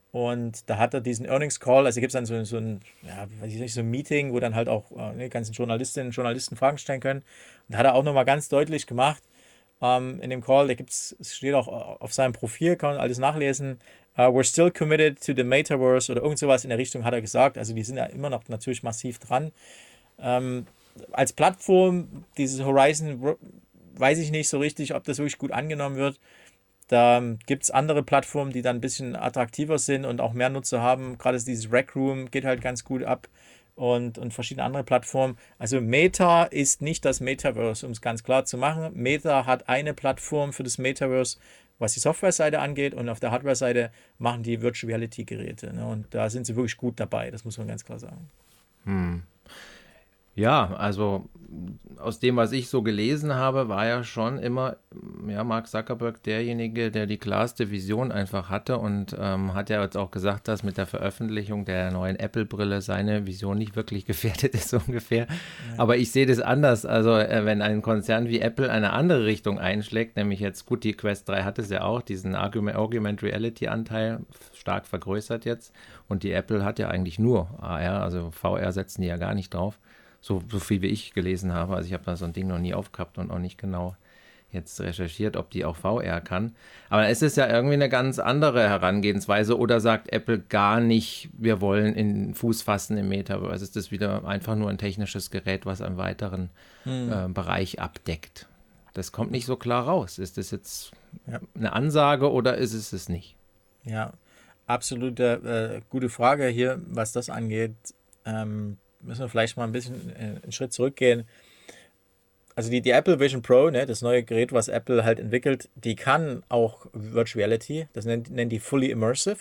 Und da hat er diesen Earnings Call, also gibt es dann so, so ein, ja, weiß ich nicht, so ein Meeting, wo dann halt auch äh, die ganzen Journalistinnen und Journalisten Fragen stellen können. Und da hat er auch nochmal ganz deutlich gemacht, ähm, in dem Call, da gibt's, es steht auch auf seinem Profil, kann man alles nachlesen, uh, we're still committed to the Metaverse oder irgend sowas in der Richtung hat er gesagt. Also die sind ja immer noch natürlich massiv dran. Ähm, als Plattform, dieses Horizon, weiß ich nicht so richtig, ob das wirklich gut angenommen wird. Da gibt es andere Plattformen, die dann ein bisschen attraktiver sind und auch mehr Nutzer haben. Gerade dieses Rec Room geht halt ganz gut ab und, und verschiedene andere Plattformen. Also Meta ist nicht das Metaverse, um es ganz klar zu machen. Meta hat eine Plattform für das Metaverse, was die Software-Seite angeht, und auf der Hardware-Seite machen die Virtual Reality-Geräte. Ne? Und da sind sie wirklich gut dabei, das muss man ganz klar sagen. Hm. Ja, also aus dem, was ich so gelesen habe, war ja schon immer ja, Mark Zuckerberg derjenige, der die klarste Vision einfach hatte und ähm, hat ja jetzt auch gesagt, dass mit der Veröffentlichung der neuen Apple-Brille seine Vision nicht wirklich gefährdet ist, so ungefähr. Ja. Aber ich sehe das anders. Also äh, wenn ein Konzern wie Apple eine andere Richtung einschlägt, nämlich jetzt, gut, die Quest drei hat es ja auch, diesen Argument, Augmented Reality-Anteil stark vergrößert jetzt, und die Apple hat ja eigentlich nur A R, also V R setzen die ja gar nicht drauf. So, so viel wie ich gelesen habe. Also ich habe da so ein Ding noch nie aufgehabt und auch nicht genau jetzt recherchiert, ob die auch V R kann. Aber es ist ja irgendwie eine ganz andere Herangehensweise. Oder sagt Apple gar nicht, wir wollen in Fuß fassen im Metaverse? Ist das wieder einfach nur ein technisches Gerät, was einen weiteren hm. äh, Bereich abdeckt? Das kommt nicht so klar raus. Ist das jetzt ja. eine Ansage oder ist es es nicht? Ja, absolute äh, gute Frage hier, was das angeht. Ähm, müssen wir vielleicht mal ein bisschen äh, einen Schritt zurückgehen. Also die, die Apple Vision Pro, ne, das neue Gerät, was Apple halt entwickelt, die kann auch Virtual Reality, das nennen, nennen die Fully Immersive.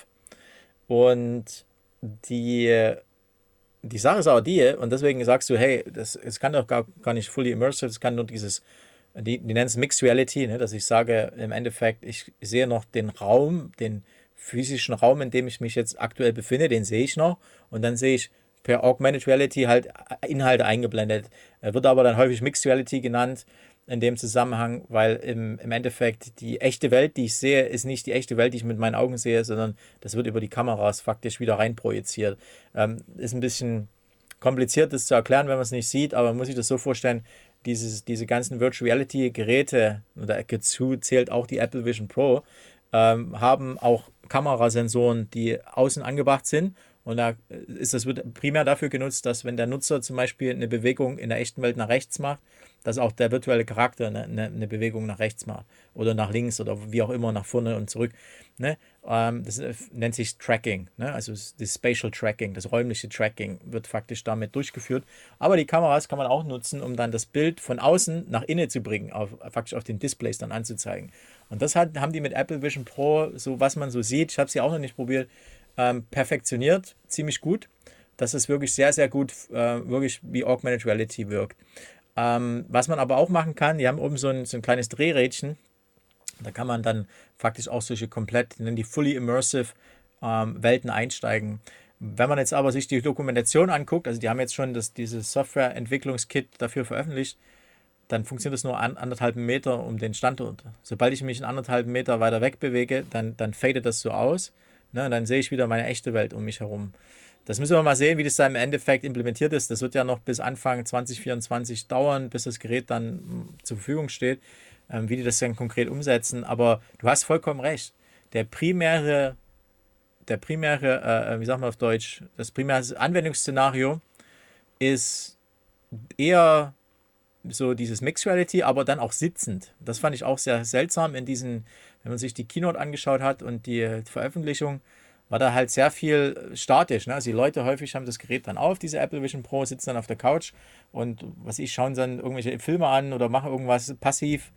Und die, die Sache ist auch die, und deswegen sagst du, hey, das, es kann doch gar, gar nicht Fully Immersive, es kann nur dieses, die, die nennen es Mixed Reality, ne, dass ich sage, im Endeffekt, ich sehe noch den Raum, den physischen Raum, in dem ich mich jetzt aktuell befinde, den sehe ich noch, und dann sehe ich per Augmented Reality halt Inhalte eingeblendet. Wird aber dann häufig Mixed Reality genannt in dem Zusammenhang, weil im, im Endeffekt die echte Welt, die ich sehe, ist nicht die echte Welt, die ich mit meinen Augen sehe, sondern das wird über die Kameras faktisch wieder reinprojiziert. Ähm, ist ein bisschen kompliziert, das zu erklären, wenn man es nicht sieht, aber man muss sich das so vorstellen, dieses, diese ganzen Virtual Reality Geräte, und dazu zählt auch die Apple Vision Pro, ähm, haben auch Kamerasensoren, die außen angebracht sind. Und da ist das wird primär dafür genutzt, dass wenn der Nutzer zum Beispiel eine Bewegung in der echten Welt nach rechts macht, dass auch der virtuelle Charakter eine, eine, eine Bewegung nach rechts macht oder nach links oder wie auch immer, nach vorne und zurück. Ne? Ähm, das nennt sich Tracking, ne? Also das Spatial Tracking, das räumliche Tracking wird faktisch damit durchgeführt. Aber die Kameras kann man auch nutzen, um dann das Bild von außen nach innen zu bringen, auf, faktisch auf den Displays dann anzuzeigen. Und das hat, haben die mit Apple Vision Pro, so was man so sieht, ich habe es ja auch noch nicht probiert, Ähm, perfektioniert, ziemlich gut, dass es wirklich sehr, sehr gut äh, wirklich wie Augmented Reality wirkt. Ähm, was man aber auch machen kann, die haben oben so ein, so ein kleines Drehrädchen, da kann man dann faktisch auch solche komplett, nennen die Fully Immersive ähm, Welten einsteigen. Wenn man jetzt aber sich die Dokumentation anguckt, also die haben jetzt schon das, dieses Software-Entwicklungskit dafür veröffentlicht, dann funktioniert es nur an anderthalb Meter um den Standort. Sobald ich mich einen anderthalb Meter weiter weg bewege, dann, dann fadet das so aus. Ne, und dann sehe ich wieder meine echte Welt um mich herum. Das müssen wir mal sehen, wie das da im Endeffekt implementiert ist. Das wird ja noch bis Anfang zwanzig vierundzwanzig dauern, bis das Gerät dann zur Verfügung steht, ähm, wie die das dann konkret umsetzen. Aber du hast vollkommen recht. Der primäre, der primäre, äh, wie sagt man auf Deutsch, das primäre Anwendungsszenario ist eher so dieses Mixed Reality, aber dann auch sitzend. Das fand ich auch sehr seltsam in diesen, wenn man sich die Keynote angeschaut hat und die Veröffentlichung, war da halt sehr viel statisch. Ne? Also die Leute häufig haben das Gerät dann auf, diese Apple Vision Pro, sitzen dann auf der Couch und was ich, schauen dann irgendwelche Filme an oder machen irgendwas passiv,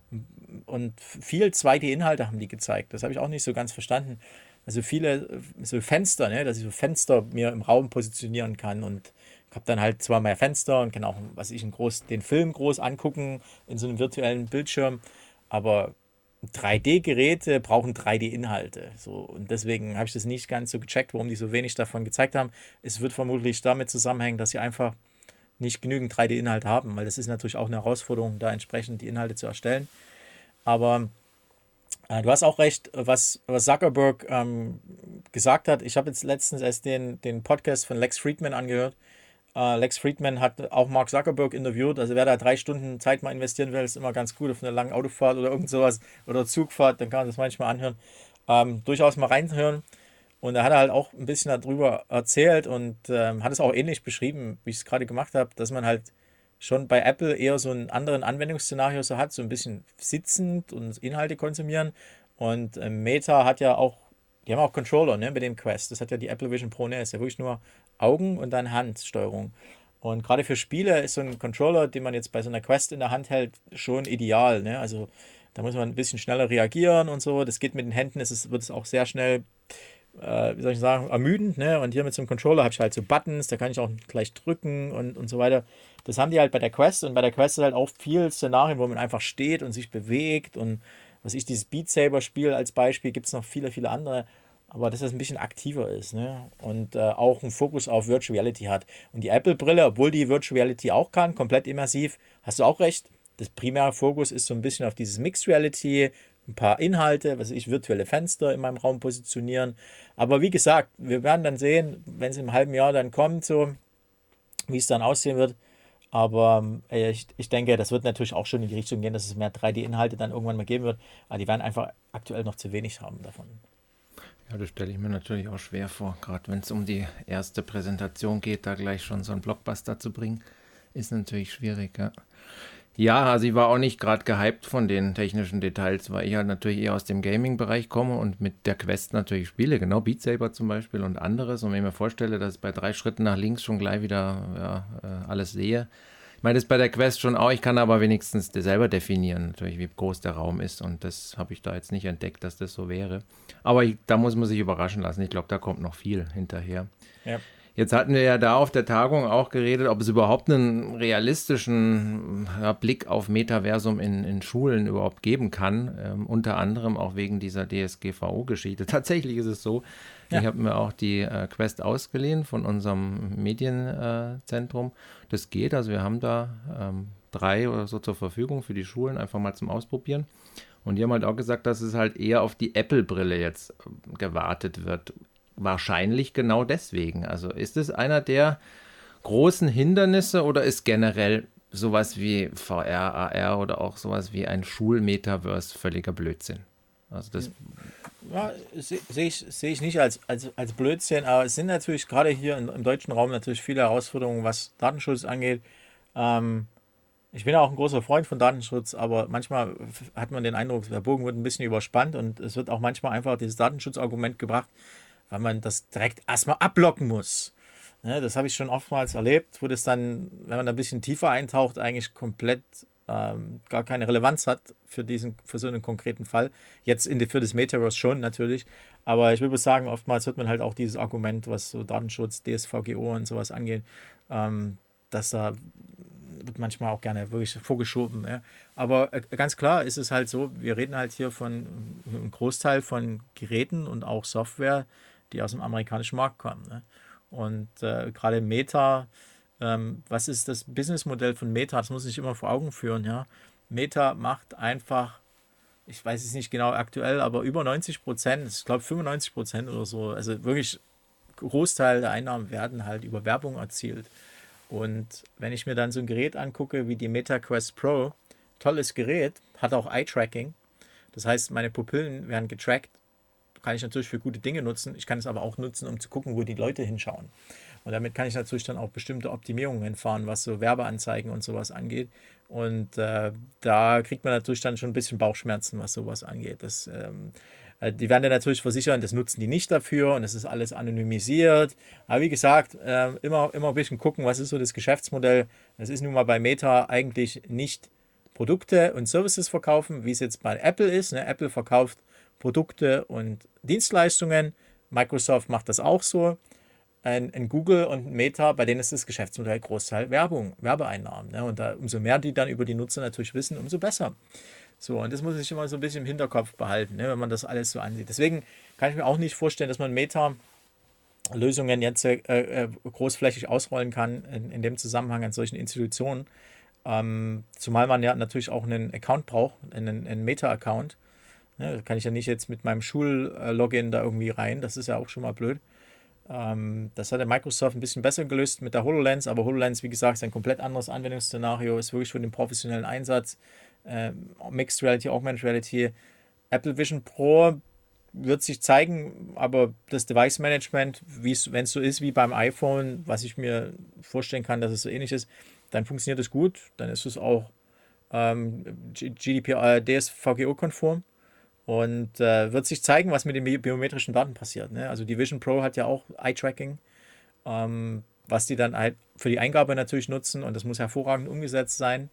und viel zwei D-Inhalte haben die gezeigt. Das habe ich auch nicht so ganz verstanden. Also viele so Fenster, ne? Dass ich so Fenster mir im Raum positionieren kann und habe dann halt zwar mehr Fenster und kann auch, was ich, einen groß, den Film groß angucken in so einem virtuellen Bildschirm, aber drei D-Geräte brauchen drei D-Inhalte. So, und deswegen habe ich das nicht ganz so gecheckt, warum die so wenig davon gezeigt haben. Es wird vermutlich damit zusammenhängen, dass sie einfach nicht genügend drei D-Inhalte haben, weil das ist natürlich auch eine Herausforderung, da entsprechend die Inhalte zu erstellen. Aber Äh, du hast auch recht, was, was Zuckerberg ähm, gesagt hat. Ich habe jetzt letztens erst den, den Podcast von Lex Fridman angehört. Äh, Lex Fridman hat auch Mark Zuckerberg interviewt. Also wer da drei Stunden Zeit mal investieren will, ist immer ganz gut auf einer langen Autofahrt oder irgend sowas oder Zugfahrt, dann kann man das manchmal anhören. Ähm, durchaus mal reinhören. Und da hat er halt auch ein bisschen darüber erzählt und ähm, hat es auch ähnlich beschrieben, wie ich es gerade gemacht habe, dass man halt schon bei Apple eher so einen anderen Anwendungsszenario so hat, so ein bisschen sitzend und Inhalte konsumieren. Und ähm, Meta hat ja auch, die haben auch Controller, ne, mit dem Quest. Das hat ja die Apple Vision Pro, ne, ist ja wirklich nur Augen und dann Handsteuerung. Und gerade für Spiele ist so ein Controller, den man jetzt bei so einer Quest in der Hand hält, schon ideal, ne? Also da muss man ein bisschen schneller reagieren und so. Das geht mit den Händen, ist es, wird es auch sehr schnell äh, wie soll ich sagen, ermüdend, ne? Und hier mit so einem Controller habe ich halt so Buttons, da kann ich auch gleich drücken und, und so weiter. Das haben die halt bei der Quest und bei der Quest ist halt auch viel Szenarien, wo man einfach steht und sich bewegt und was ich, dieses Beat Saber Spiel als Beispiel, gibt es noch viele, viele andere, aber dass das ein bisschen aktiver ist, ne? Und äh, auch einen Fokus auf Virtual Reality hat. Und die Apple-Brille, obwohl die Virtual Reality auch kann, komplett immersiv, hast du auch recht, das primäre Fokus ist so ein bisschen auf dieses Mixed Reality, ein paar Inhalte, was weiß ich, virtuelle Fenster in meinem Raum positionieren. Aber wie gesagt, wir werden dann sehen, wenn es im halben Jahr dann kommt, so wie es dann aussehen wird. Aber äh, ich, ich denke, das wird natürlich auch schon in die Richtung gehen, dass es mehr drei D-Inhalte dann irgendwann mal geben wird. Aber die werden einfach aktuell noch zu wenig haben davon. Ja, das stelle ich mir natürlich auch schwer vor, gerade wenn es um die erste Präsentation geht, da gleich schon so einen Blockbuster zu bringen, ist natürlich schwierig, ja. Ja, also ich war auch nicht gerade gehypt von den technischen Details, weil ich halt natürlich eher aus dem Gaming-Bereich komme und mit der Quest natürlich spiele, genau Beat Saber zum Beispiel und anderes. Und wenn ich mir vorstelle, dass ich bei drei Schritten nach links schon gleich wieder ja, äh, alles sehe. Ich meine, das ist bei der Quest schon auch, ich kann aber wenigstens selber definieren, natürlich, wie groß der Raum ist. Und das habe ich da jetzt nicht entdeckt, dass das so wäre. Aber ich, da muss man sich überraschen lassen. Ich glaube, da kommt noch viel hinterher. Ja. Jetzt hatten wir ja da auf der Tagung auch geredet, ob es überhaupt einen realistischen ja, Blick auf Metaversum in, in Schulen überhaupt geben kann. Ähm, unter anderem auch wegen dieser D S G V O-Geschichte. Tatsächlich ist es so, ja. Ich habe mir auch die äh, Quest ausgeliehen von unserem Medienzentrum. Äh, das geht, also wir haben da ähm, drei oder so zur Verfügung für die Schulen, einfach mal zum Ausprobieren. Und die haben halt auch gesagt, dass es halt eher auf die Apple-Brille jetzt äh, gewartet wird. Wahrscheinlich genau deswegen. Also ist es einer der großen Hindernisse oder ist generell sowas wie V R, A R oder auch sowas wie ein Schul-Metaverse völliger Blödsinn? Also das Ja, sehe seh ich, seh ich nicht als, als, als Blödsinn, aber es sind natürlich gerade hier im, im deutschen Raum natürlich viele Herausforderungen, was Datenschutz angeht. Ähm, ich bin auch ein großer Freund von Datenschutz, aber manchmal hat man den Eindruck, der Bogen wird ein bisschen überspannt und es wird auch manchmal einfach dieses Datenschutzargument gebracht, weil man das direkt erstmal abblocken muss. Ne, das habe ich schon oftmals erlebt, wo das dann, wenn man da ein bisschen tiefer eintaucht, eigentlich komplett ähm, gar keine Relevanz hat für diesen, für so einen konkreten Fall. Jetzt in die, für das Metaverse schon natürlich, aber ich würde sagen, oftmals hört man halt auch dieses Argument, was so Datenschutz, D S V G O und sowas angeht, ähm, dass da wird manchmal auch gerne wirklich vorgeschoben. Ja. Aber äh, ganz klar ist es halt so, wir reden halt hier von einem Großteil von Geräten und auch Software, die aus dem amerikanischen Markt kommen. Ne? Und äh, gerade Meta, ähm, was ist das Businessmodell von Meta? Das muss ich immer vor Augen führen. Ja? Meta macht einfach, ich weiß es nicht genau aktuell, aber über neunzig Prozent, ich glaube fünfundneunzig Prozent oder so, also wirklich Großteil der Einnahmen werden halt über Werbung erzielt. Und wenn ich mir dann so ein Gerät angucke wie die Meta Quest Pro, tolles Gerät, hat auch Eye-Tracking. Das heißt, meine Pupillen werden getrackt. Kann ich natürlich für gute Dinge nutzen. Ich kann es aber auch nutzen, um zu gucken, wo die Leute hinschauen. Und damit kann ich natürlich dann auch bestimmte Optimierungen fahren, was so Werbeanzeigen und sowas angeht. Und äh, da kriegt man natürlich dann schon ein bisschen Bauchschmerzen, was sowas angeht. Das, ähm, äh, die werden dann natürlich versichern, das nutzen die nicht dafür und es ist alles anonymisiert. Aber wie gesagt, äh, immer, immer ein bisschen gucken, was ist so das Geschäftsmodell. Das ist nun mal bei Meta eigentlich nicht Produkte und Services verkaufen, wie es jetzt bei Apple ist. Ne? Apple verkauft Produkte und Dienstleistungen. Microsoft macht das auch so. Ein, ein Google und Meta, bei denen ist das Geschäftsmodell Großteil Werbung, Werbeeinnahmen. Ne? Und da, umso mehr die dann über die Nutzer natürlich wissen, umso besser. So, und das muss ich immer so ein bisschen im Hinterkopf behalten, ne? Wenn man das alles so ansieht. Deswegen kann ich mir auch nicht vorstellen, dass man Meta-Lösungen jetzt äh, äh, großflächig ausrollen kann in, in dem Zusammenhang an solchen Institutionen. Ähm, zumal man ja natürlich auch einen Account braucht, einen, einen Meta-Account. Ne, da kann ich ja nicht jetzt mit meinem Schul-Login da irgendwie rein. Das ist ja auch schon mal blöd. Ähm, das hat der Microsoft ein bisschen besser gelöst mit der HoloLens, aber HoloLens, wie gesagt, ist ein komplett anderes Anwendungsszenario, ist wirklich für den professionellen Einsatz. Ähm, Mixed Reality, Augmented Reality. Apple Vision Pro wird sich zeigen, aber das Device Management, wenn es so ist wie beim iPhone, was ich mir vorstellen kann, dass es so ähnlich ist, dann funktioniert es gut, dann ist es auch ähm, G D P R, D S V G O-konform und äh, wird sich zeigen, was mit den bi- biometrischen Daten passiert. Ne? Also die Vision Pro hat ja auch Eye-Tracking, ähm, was die dann halt für die Eingabe natürlich nutzen und das muss hervorragend umgesetzt sein.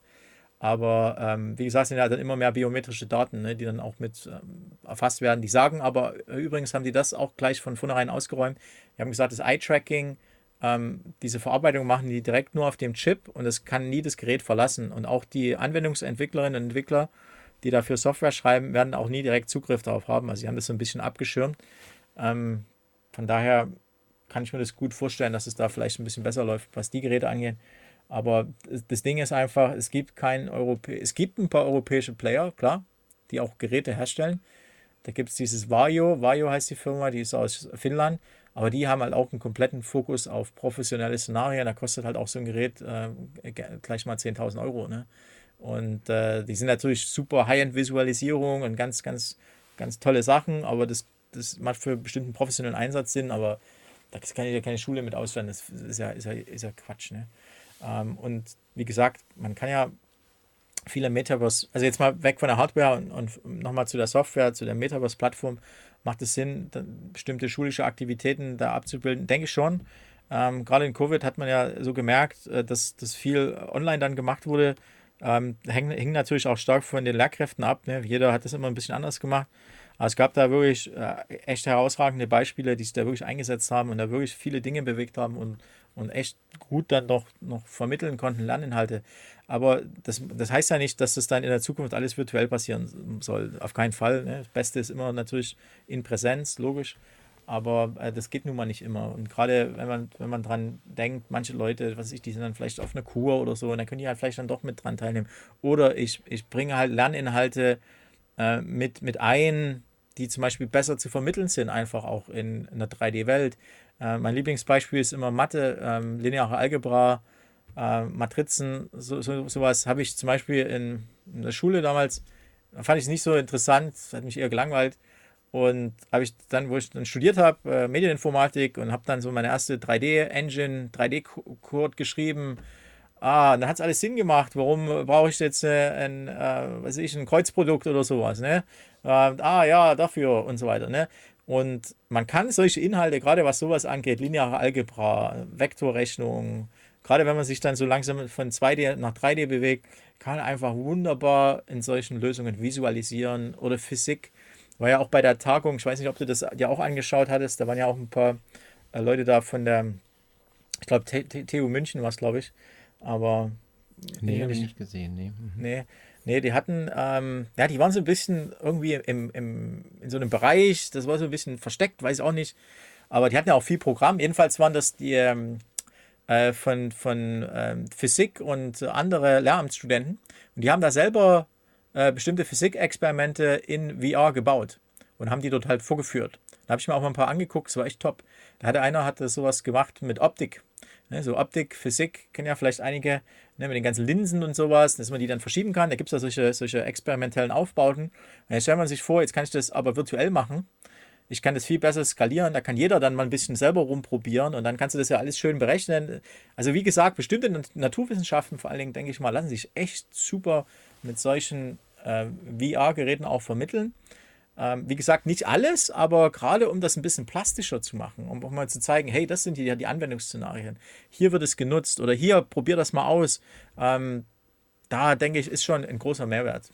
Aber ähm, wie gesagt, sind ja dann immer mehr biometrische Daten, ne, die dann auch mit ähm, erfasst werden. Die sagen aber, äh, übrigens haben die das auch gleich von vornherein ausgeräumt. Die haben gesagt, das Eye-Tracking, ähm, diese Verarbeitung machen die direkt nur auf dem Chip und es kann nie das Gerät verlassen. Und auch die Anwendungsentwicklerinnen und Entwickler, die dafür Software schreiben, werden auch nie direkt Zugriff darauf haben. Also sie haben das so ein bisschen abgeschirmt. Ähm, von daher kann ich mir das gut vorstellen, dass es da vielleicht ein bisschen besser läuft, was die Geräte angeht. Aber das Ding ist einfach, es gibt kein Europä es gibt ein paar europäische Player, klar, die auch Geräte herstellen. Da gibt es dieses Vario, Vario heißt die Firma, die ist aus Finnland, aber die haben halt auch einen kompletten Fokus auf professionelle Szenarien. Da kostet halt auch so ein Gerät äh, gleich mal zehntausend Euro. Ne? Und äh, die sind natürlich super High-End-Visualisierung und ganz, ganz, ganz tolle Sachen, aber das, das macht für bestimmten professionellen Einsatz Sinn, aber da kann ich ja keine Schule mit auswählen, das ist ja, ist ja, ist ja Quatsch. Ne? Ähm, und wie gesagt, man kann ja viele Metaverse, also jetzt mal weg von der Hardware und, und nochmal zu der Software, zu der Metaverse-Plattform, macht es Sinn, bestimmte schulische Aktivitäten da abzubilden? Denke ich schon. Ähm, gerade in Covid hat man ja so gemerkt, äh, dass, dass viel online dann gemacht wurde. Ähm, hing, hing natürlich auch stark von den Lehrkräften ab. Ne? Jeder hat das immer ein bisschen anders gemacht. Aber es gab da wirklich äh, echt herausragende Beispiele, die sich da wirklich eingesetzt haben und da wirklich viele Dinge bewegt haben und, und echt gut dann noch, noch vermitteln konnten, Lerninhalte. Aber das, das heißt ja nicht, dass das dann in der Zukunft alles virtuell passieren soll. Auf keinen Fall. Ne? Das Beste ist immer natürlich in Präsenz, logisch. Aber äh, das geht nun mal nicht immer. Und gerade wenn man, wenn man dran denkt, manche Leute, was weiß ich, die sind dann vielleicht auf einer Kur oder so, und dann können die halt vielleicht dann doch mit dran teilnehmen. Oder ich, ich bringe halt Lerninhalte äh, mit, mit ein, die zum Beispiel besser zu vermitteln sind, einfach auch in, in der drei D-Welt. Äh, mein Lieblingsbeispiel ist immer Mathe, ähm, lineare Algebra, äh, Matrizen, so, so, sowas habe ich zum Beispiel in, in der Schule damals, fand ich es nicht so interessant, hat mich eher gelangweilt. Und habe ich dann, wo ich dann studiert habe, äh, Medieninformatik und habe dann so meine erste drei D-Engine, drei D-Code geschrieben. Ah, dann hat es alles Sinn gemacht. Warum brauche ich jetzt äh, ein, äh, weiß ich, ein Kreuzprodukt oder sowas, ne? Äh, ah, ja, dafür und so weiter, ne? Und man kann solche Inhalte, gerade was sowas angeht, lineare Algebra, Vektorrechnung, gerade wenn man sich dann so langsam von zwei D nach drei D bewegt, kann man einfach wunderbar in solchen Lösungen visualisieren oder Physik. War ja auch bei der Tagung, ich weiß nicht, ob du das dir auch angeschaut hattest, da waren ja auch ein paar äh, Leute da von der, ich glaube, T U München war es, glaube ich, aber Nee, die habe hab ich ich, nicht gesehen. Nee. Mhm. nee, nee, die hatten, ähm, ja, die waren so ein bisschen irgendwie im, im, in so einem Bereich, das war so ein bisschen versteckt, weiß ich auch nicht, aber die hatten ja auch viel Programm, jedenfalls waren das die ähm, äh, von, von ähm, Physik und andere Lehramtsstudenten und die haben da selber äh, bestimmte Physikexperimente in V R gebaut und haben die dort halt vorgeführt. Da habe ich mir auch mal ein paar angeguckt, das war echt top. Da hatte einer hatte sowas gemacht mit Optik. Ne, so Optik, Physik, kennen ja vielleicht einige, ne, mit den ganzen Linsen und sowas, dass man die dann verschieben kann. Da gibt es ja solche, solche experimentellen Aufbauten. Und jetzt stellt man sich vor, jetzt kann ich das aber virtuell machen. Ich kann das viel besser skalieren, da kann jeder dann mal ein bisschen selber rumprobieren und dann kannst du das ja alles schön berechnen. Also wie gesagt, bestimmte Naturwissenschaften vor allen Dingen, denke ich mal, lassen sich echt super mit solchen äh, V R-Geräten auch vermitteln. Ähm, wie gesagt, nicht alles, aber gerade um das ein bisschen plastischer zu machen, um auch mal zu zeigen, hey, das sind die, die Anwendungsszenarien. Hier wird es genutzt oder hier, probier das mal aus. Ähm, da denke ich, ist schon ein großer Mehrwert.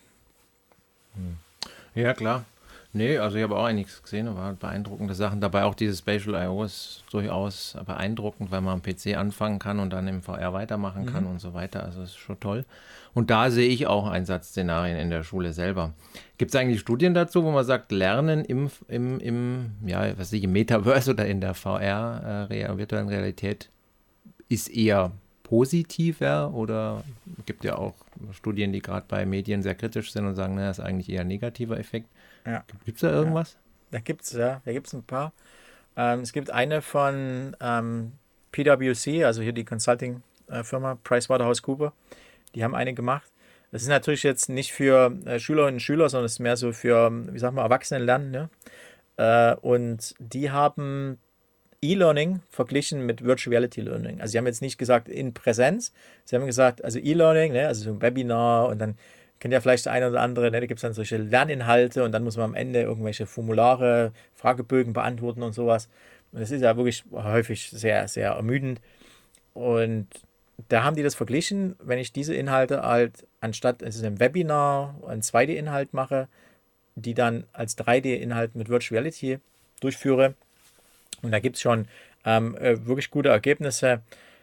Ja, klar. Nee, also ich habe auch einiges gesehen, war beeindruckende Sachen. Dabei auch dieses Spatial I O ist durchaus beeindruckend, weil man am P C anfangen kann und dann im V R weitermachen kann und so weiter. Also das ist schon toll. Und da sehe ich auch Einsatzszenarien in der Schule selber. Gibt es eigentlich Studien dazu, wo man sagt, Lernen im, im, im ja, was weiß ich, im Metaverse oder in der V R, äh, virtuellen Realität, ist eher positiver oder gibt ja auch Studien, die gerade bei Medien sehr kritisch sind und sagen, naja, ist eigentlich eher ein negativer Effekt. Ja. Gibt es da irgendwas? Ja. Da gibt es, ja, da gibt es ein paar. Ähm, es gibt eine von ähm, P W C, also hier die Consulting-Firma, PricewaterhouseCoopers, die haben eine gemacht. Das ist natürlich jetzt nicht für äh, Schülerinnen und Schüler, sondern es ist mehr so für, wie sagen wir, Erwachsenenlernen. Ne? Äh, und die haben E-Learning verglichen mit Virtual Reality Learning. Also sie haben jetzt nicht gesagt in Präsenz, sie haben gesagt, also E-Learning, ne, also so ein Webinar und dann kennt ja vielleicht der eine oder andere, ne, da gibt es dann solche Lerninhalte und dann muss man am Ende irgendwelche Formulare, Fragebögen beantworten und sowas. Und das ist ja wirklich häufig sehr, sehr ermüdend. Und da haben die das verglichen, wenn ich diese Inhalte halt anstatt es ist ein Webinar, ein zwei D-Inhalt mache, die dann als drei D-Inhalt mit Virtual Reality durchführe. Und da gibt es schon ähm, äh, wirklich gute Ergebnisse.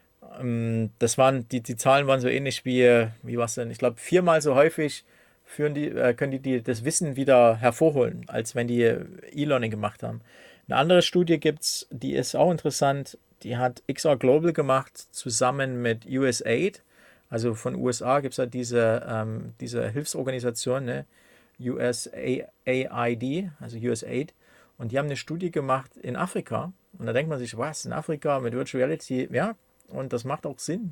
Ähm, das waren, die, die Zahlen waren so ähnlich wie, wie was denn? Ich glaube, viermal so häufig führen die, äh, können die, die das Wissen wieder hervorholen, als wenn die E-Learning gemacht haben. Eine andere Studie gibt es, die ist auch interessant. Die hat X R Global gemacht, zusammen mit U S A I D. Also von U S A gibt es ja diese, ähm, diese Hilfsorganisation, ne? U S A I D, also U S A I D. Und die haben eine Studie gemacht in Afrika. Und da denkt man sich, was, in Afrika mit Virtual Reality? Ja, und das macht auch Sinn.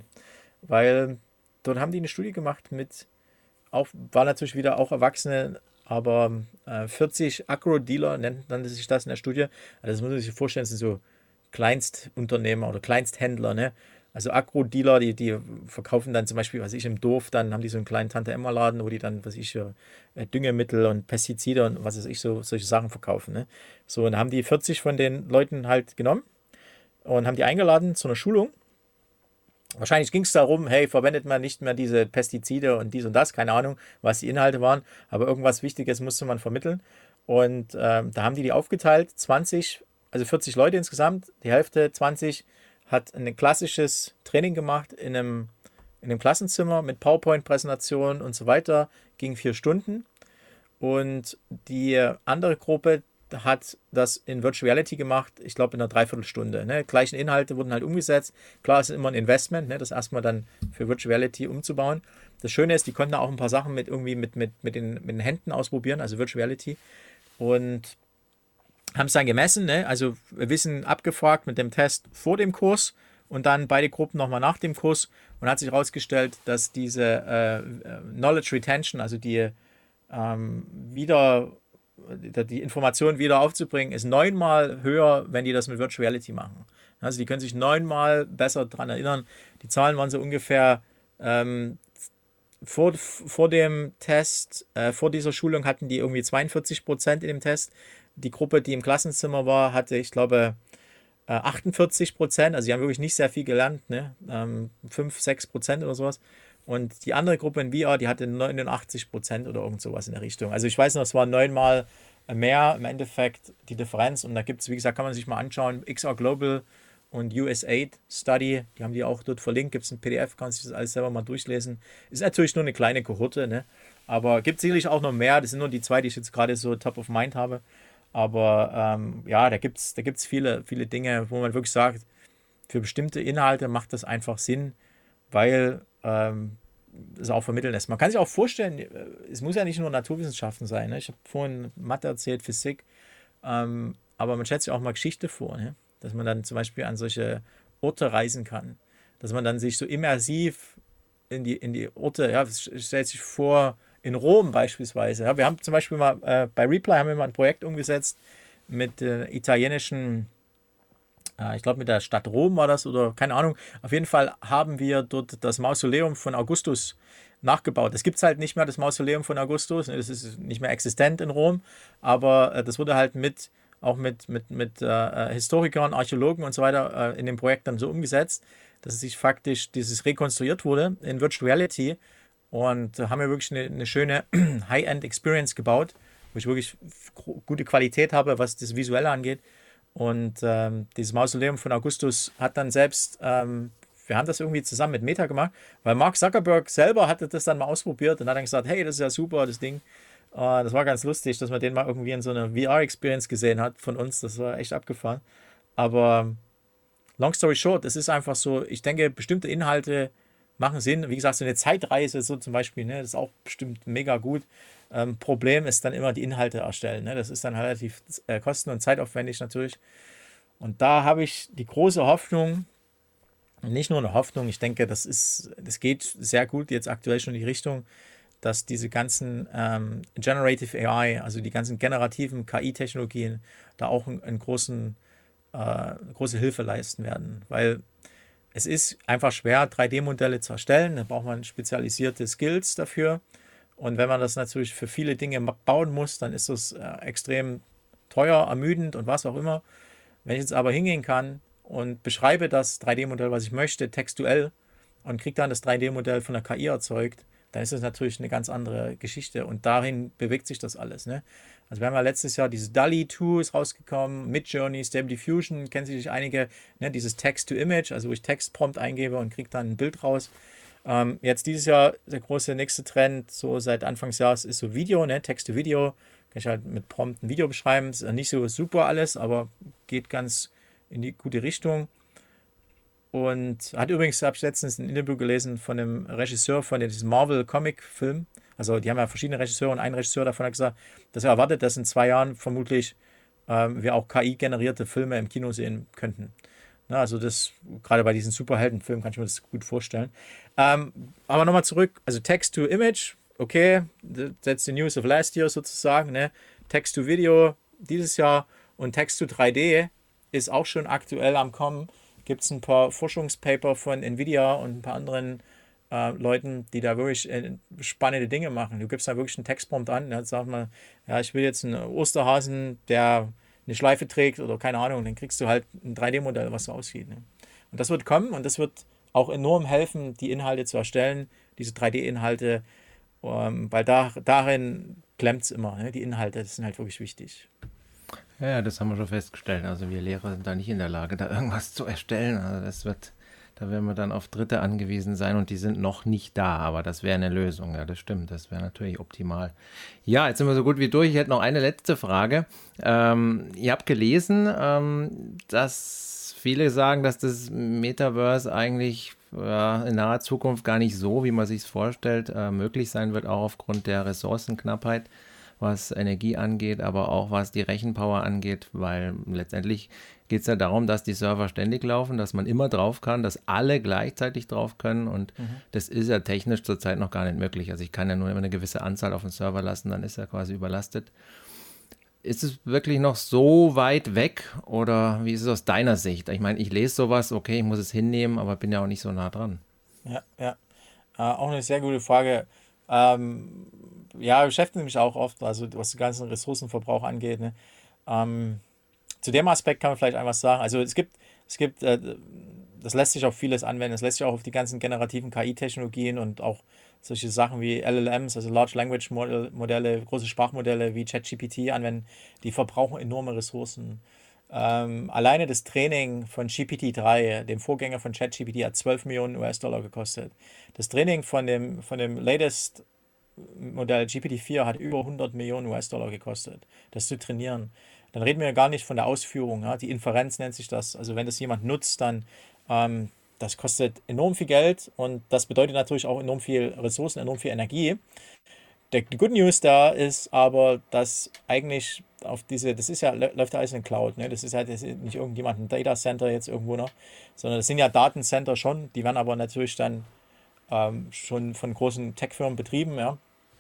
Weil dort haben die eine Studie gemacht mit, auch, war natürlich wieder auch Erwachsene, aber äh, vierzig Agro-Dealer nennt, nannte sich das in der Studie. Also das muss man sich vorstellen, das sind so Kleinstunternehmer oder Kleinsthändler, ne? Also Agro-Dealer, die, die verkaufen dann zum Beispiel, was ich im Dorf, dann haben die so einen kleinen Tante-Emma-Laden, wo die dann, was ich, äh, Düngemittel und Pestizide und was weiß ich, so solche Sachen verkaufen. Ne? So, und dann haben die vierzig von den Leuten halt genommen und haben die eingeladen zu einer Schulung. Wahrscheinlich ging es darum, hey, verwendet man nicht mehr diese Pestizide und dies und das, keine Ahnung, was die Inhalte waren, aber irgendwas Wichtiges musste man vermitteln. Und ähm, da haben die die aufgeteilt, zwanzig, also vierzig Leute insgesamt, die Hälfte, zwanzig, hat ein klassisches Training gemacht in einem, in einem Klassenzimmer mit PowerPoint-Präsentation und so weiter, ging vier Stunden. Und die andere Gruppe hat das in Virtual Reality gemacht, ich glaube in einer Dreiviertelstunde. Ne? Gleichen Inhalte wurden halt umgesetzt. Klar, es ist immer ein Investment, ne? Das erstmal dann für Virtual Reality umzubauen. Das Schöne ist, die konnten auch ein paar Sachen mit irgendwie mit, mit, mit, den, mit den Händen ausprobieren, also Virtual Reality. Und haben es dann gemessen, ne? Also Wissen abgefragt mit dem Test vor dem Kurs und dann beide Gruppen nochmal nach dem Kurs und hat sich herausgestellt, dass diese äh, Knowledge Retention, also die ähm, wieder die Information wieder aufzubringen, ist neunmal höher, wenn die das mit Virtual Reality machen. Also die können sich neunmal besser daran erinnern. Die Zahlen waren so ungefähr ähm, vor, vor dem Test, äh, vor dieser Schulung hatten die irgendwie zweiundvierzig Prozent in dem Test. Die Gruppe, die im Klassenzimmer war, hatte, ich glaube, achtundvierzig Prozent. Also die haben wirklich nicht sehr viel gelernt, ne? Ähm, fünf, sechs Prozent oder sowas. Und die andere Gruppe in V R, die hatte neunundachtzig Prozent oder irgend sowas in der Richtung. Also ich weiß noch, es war neunmal mehr im Endeffekt die Differenz. Und da gibt es, wie gesagt, kann man sich mal anschauen, X R Global und U S A I D Study, die haben die auch dort verlinkt, gibt es ein P D F, kann sich das alles selber mal durchlesen. Ist natürlich nur eine kleine Kohorte, ne? Aber gibt sicherlich auch noch mehr. Das sind nur die zwei, die ich jetzt gerade so top of mind habe. Aber ähm, ja, da gibt es da gibt's viele, viele Dinge, wo man wirklich sagt, für bestimmte Inhalte macht das einfach Sinn, weil ähm, es auch vermitteln lässt. Man kann sich auch vorstellen, es muss ja nicht nur Naturwissenschaften sein. Ne? Ich habe vorhin Mathe erzählt, Physik, ähm, aber man stellt sich auch mal Geschichte vor, ne? Dass man dann zum Beispiel an solche Orte reisen kann, dass man dann sich so immersiv in die, in die Orte, ja, stellt sich vor, in Rom beispielsweise. Ja, wir haben zum Beispiel mal äh, bei Reply haben wir mal ein Projekt umgesetzt mit äh, italienischen, äh, ich glaube mit der Stadt Rom war das oder keine Ahnung. Auf jeden Fall haben wir dort das Mausoleum von Augustus nachgebaut. Das gibt es halt nicht mehr, das Mausoleum von Augustus. Das ist nicht mehr existent in Rom, aber äh, das wurde halt mit auch mit, mit, mit äh, Historikern, Archäologen und so weiter äh, in dem Projekt dann so umgesetzt, dass es sich faktisch dieses rekonstruiert wurde in Virtual Reality. Und haben wir wirklich eine, eine schöne High-End-Experience gebaut, wo ich wirklich gute Qualität habe, was das Visuelle angeht. Und ähm, dieses Mausoleum von Augustus hat dann selbst, ähm, wir haben das irgendwie zusammen mit Meta gemacht, weil Mark Zuckerberg selber hatte das dann mal ausprobiert und hat dann gesagt, hey, das ist ja super, das Ding. Äh, das war ganz lustig, dass man den mal irgendwie in so einer V R-Experience gesehen hat von uns. Das war echt abgefahren. Aber long story short, es ist einfach so, ich denke, bestimmte Inhalte machen Sinn. Wie gesagt, so eine Zeitreise, so zum Beispiel, ne, das ist auch bestimmt mega gut. Ähm, Problem ist dann immer die Inhalte erstellen. Ne? Das ist dann relativ äh, kosten- und zeitaufwendig natürlich. Und da habe ich die große Hoffnung, nicht nur eine Hoffnung, ich denke, das ist, das geht sehr gut jetzt aktuell schon in die Richtung, dass diese ganzen ähm, Generative A I, also die ganzen generativen K I-Technologien, da auch einen, einen großen, äh, große Hilfe leisten werden. Weil es ist einfach schwer, drei D-Modelle zu erstellen. Da braucht man spezialisierte Skills dafür. Und wenn man das natürlich für viele Dinge bauen muss, dann ist das äh, extrem teuer, ermüdend und was auch immer. Wenn ich jetzt aber hingehen kann und beschreibe das drei D-Modell, was ich möchte, textuell und kriege dann das drei D-Modell von der K I erzeugt, dann ist das natürlich eine ganz andere Geschichte und dahin bewegt sich das alles. Ne? Also wir haben ja letztes Jahr dieses DALL-E zwei ist rausgekommen, Midjourney, Stable Diffusion, kennen sicherlich einige, ne? Dieses Text-to-Image, also wo ich Textprompt eingebe und kriege dann ein Bild raus. Ähm, jetzt dieses Jahr der große nächste Trend, so seit Anfangsjahres, ist so Video, ne? Text-to-Video. Kann ich halt mit Prompt ein Video beschreiben. Ist nicht so super alles, aber geht ganz in die gute Richtung. Und hat übrigens, habe ich letztens ein Interview gelesen von dem Regisseur von diesem Marvel-Comic-Film. Also die haben ja verschiedene Regisseure und ein Regisseur davon hat gesagt, dass er erwartet, dass in zwei Jahren vermutlich ähm, wir auch K I-generierte Filme im Kino sehen könnten. Na, also das, gerade bei diesen Superheldenfilmen kann ich mir das gut vorstellen. Ähm, aber nochmal zurück, also Text-to-Image, okay, that's the news of last year sozusagen, ne? Text-to-Video dieses Jahr und Text-to drei D ist auch schon aktuell am Kommen. Gibt es ein paar Forschungspaper von Nvidia und ein paar anderen äh, Leuten, die da wirklich äh, spannende Dinge machen. Du gibst da wirklich einen Textprompt an, ja, sag mal, ja, ich will jetzt einen Osterhasen, der eine Schleife trägt oder keine Ahnung, dann kriegst du halt ein drei D-Modell, was so aussieht. Ne? Und das wird kommen und das wird auch enorm helfen, die Inhalte zu erstellen, diese drei D-Inhalte, ähm, weil da, darin klemmt es immer. Ne? Die Inhalte, das sind halt wirklich wichtig. Ja, ja, das haben wir schon festgestellt. Also wir Lehrer sind da nicht in der Lage, da irgendwas zu erstellen. Also das wird, da werden wir dann auf Dritte angewiesen sein und die sind noch nicht da. Aber das wäre eine Lösung. Ja, das stimmt. Das wäre natürlich optimal. Ja, jetzt sind wir so gut wie durch. Ich hätte noch eine letzte Frage. Ähm, ihr habt gelesen, ähm, dass viele sagen, dass das Metaverse eigentlich ja, in naher Zukunft gar nicht so, wie man sich es vorstellt, äh, möglich sein wird, auch aufgrund der Ressourcenknappheit, was Energie angeht, aber auch was die Rechenpower angeht, weil letztendlich geht es ja darum, dass die Server ständig laufen, dass man immer drauf kann, dass alle gleichzeitig drauf können und mhm. das ist ja technisch zurzeit noch gar nicht möglich. Also ich kann ja nur immer eine gewisse Anzahl auf den Server lassen, dann ist er quasi überlastet. Ist es wirklich noch so weit weg oder wie ist es aus deiner Sicht? Ich meine, ich lese sowas, okay, ich muss es hinnehmen, aber bin ja auch nicht so nah dran. Ja, ja. Äh, auch eine sehr gute Frage. Ähm, ja, beschäftige mich auch oft, also was den ganzen Ressourcenverbrauch angeht. Ne? Ähm, zu dem Aspekt kann man vielleicht einfach sagen, also es gibt, es gibt, äh, das lässt sich auf vieles anwenden, es lässt sich auch auf die ganzen generativen K I-Technologien und auch solche Sachen wie L L Ms, also Large Language Modelle, große Sprachmodelle wie ChatGPT anwenden, die verbrauchen enorme Ressourcen. Ähm, alleine das Training von G P T drei, dem Vorgänger von ChatGPT, hat zwölf Millionen U S-Dollar gekostet. Das Training von dem, von dem latest Modell G P T vier hat über hundert Millionen U S-Dollar gekostet, das zu trainieren. Dann reden wir gar nicht von der Ausführung, ja? Die Inferenz nennt sich das. Also wenn das jemand nutzt, dann ähm, das kostet enorm viel Geld und das bedeutet natürlich auch enorm viel Ressourcen, enorm viel Energie. Der, die Good News da ist aber, dass eigentlich auf diese, das ist ja, läuft ja alles in Cloud, ne? Das ist halt das ist nicht irgendjemand ein Data Center jetzt irgendwo noch, sondern das sind ja Datencenter schon, die werden aber natürlich dann ähm, schon von großen Tech-Firmen betrieben, ja.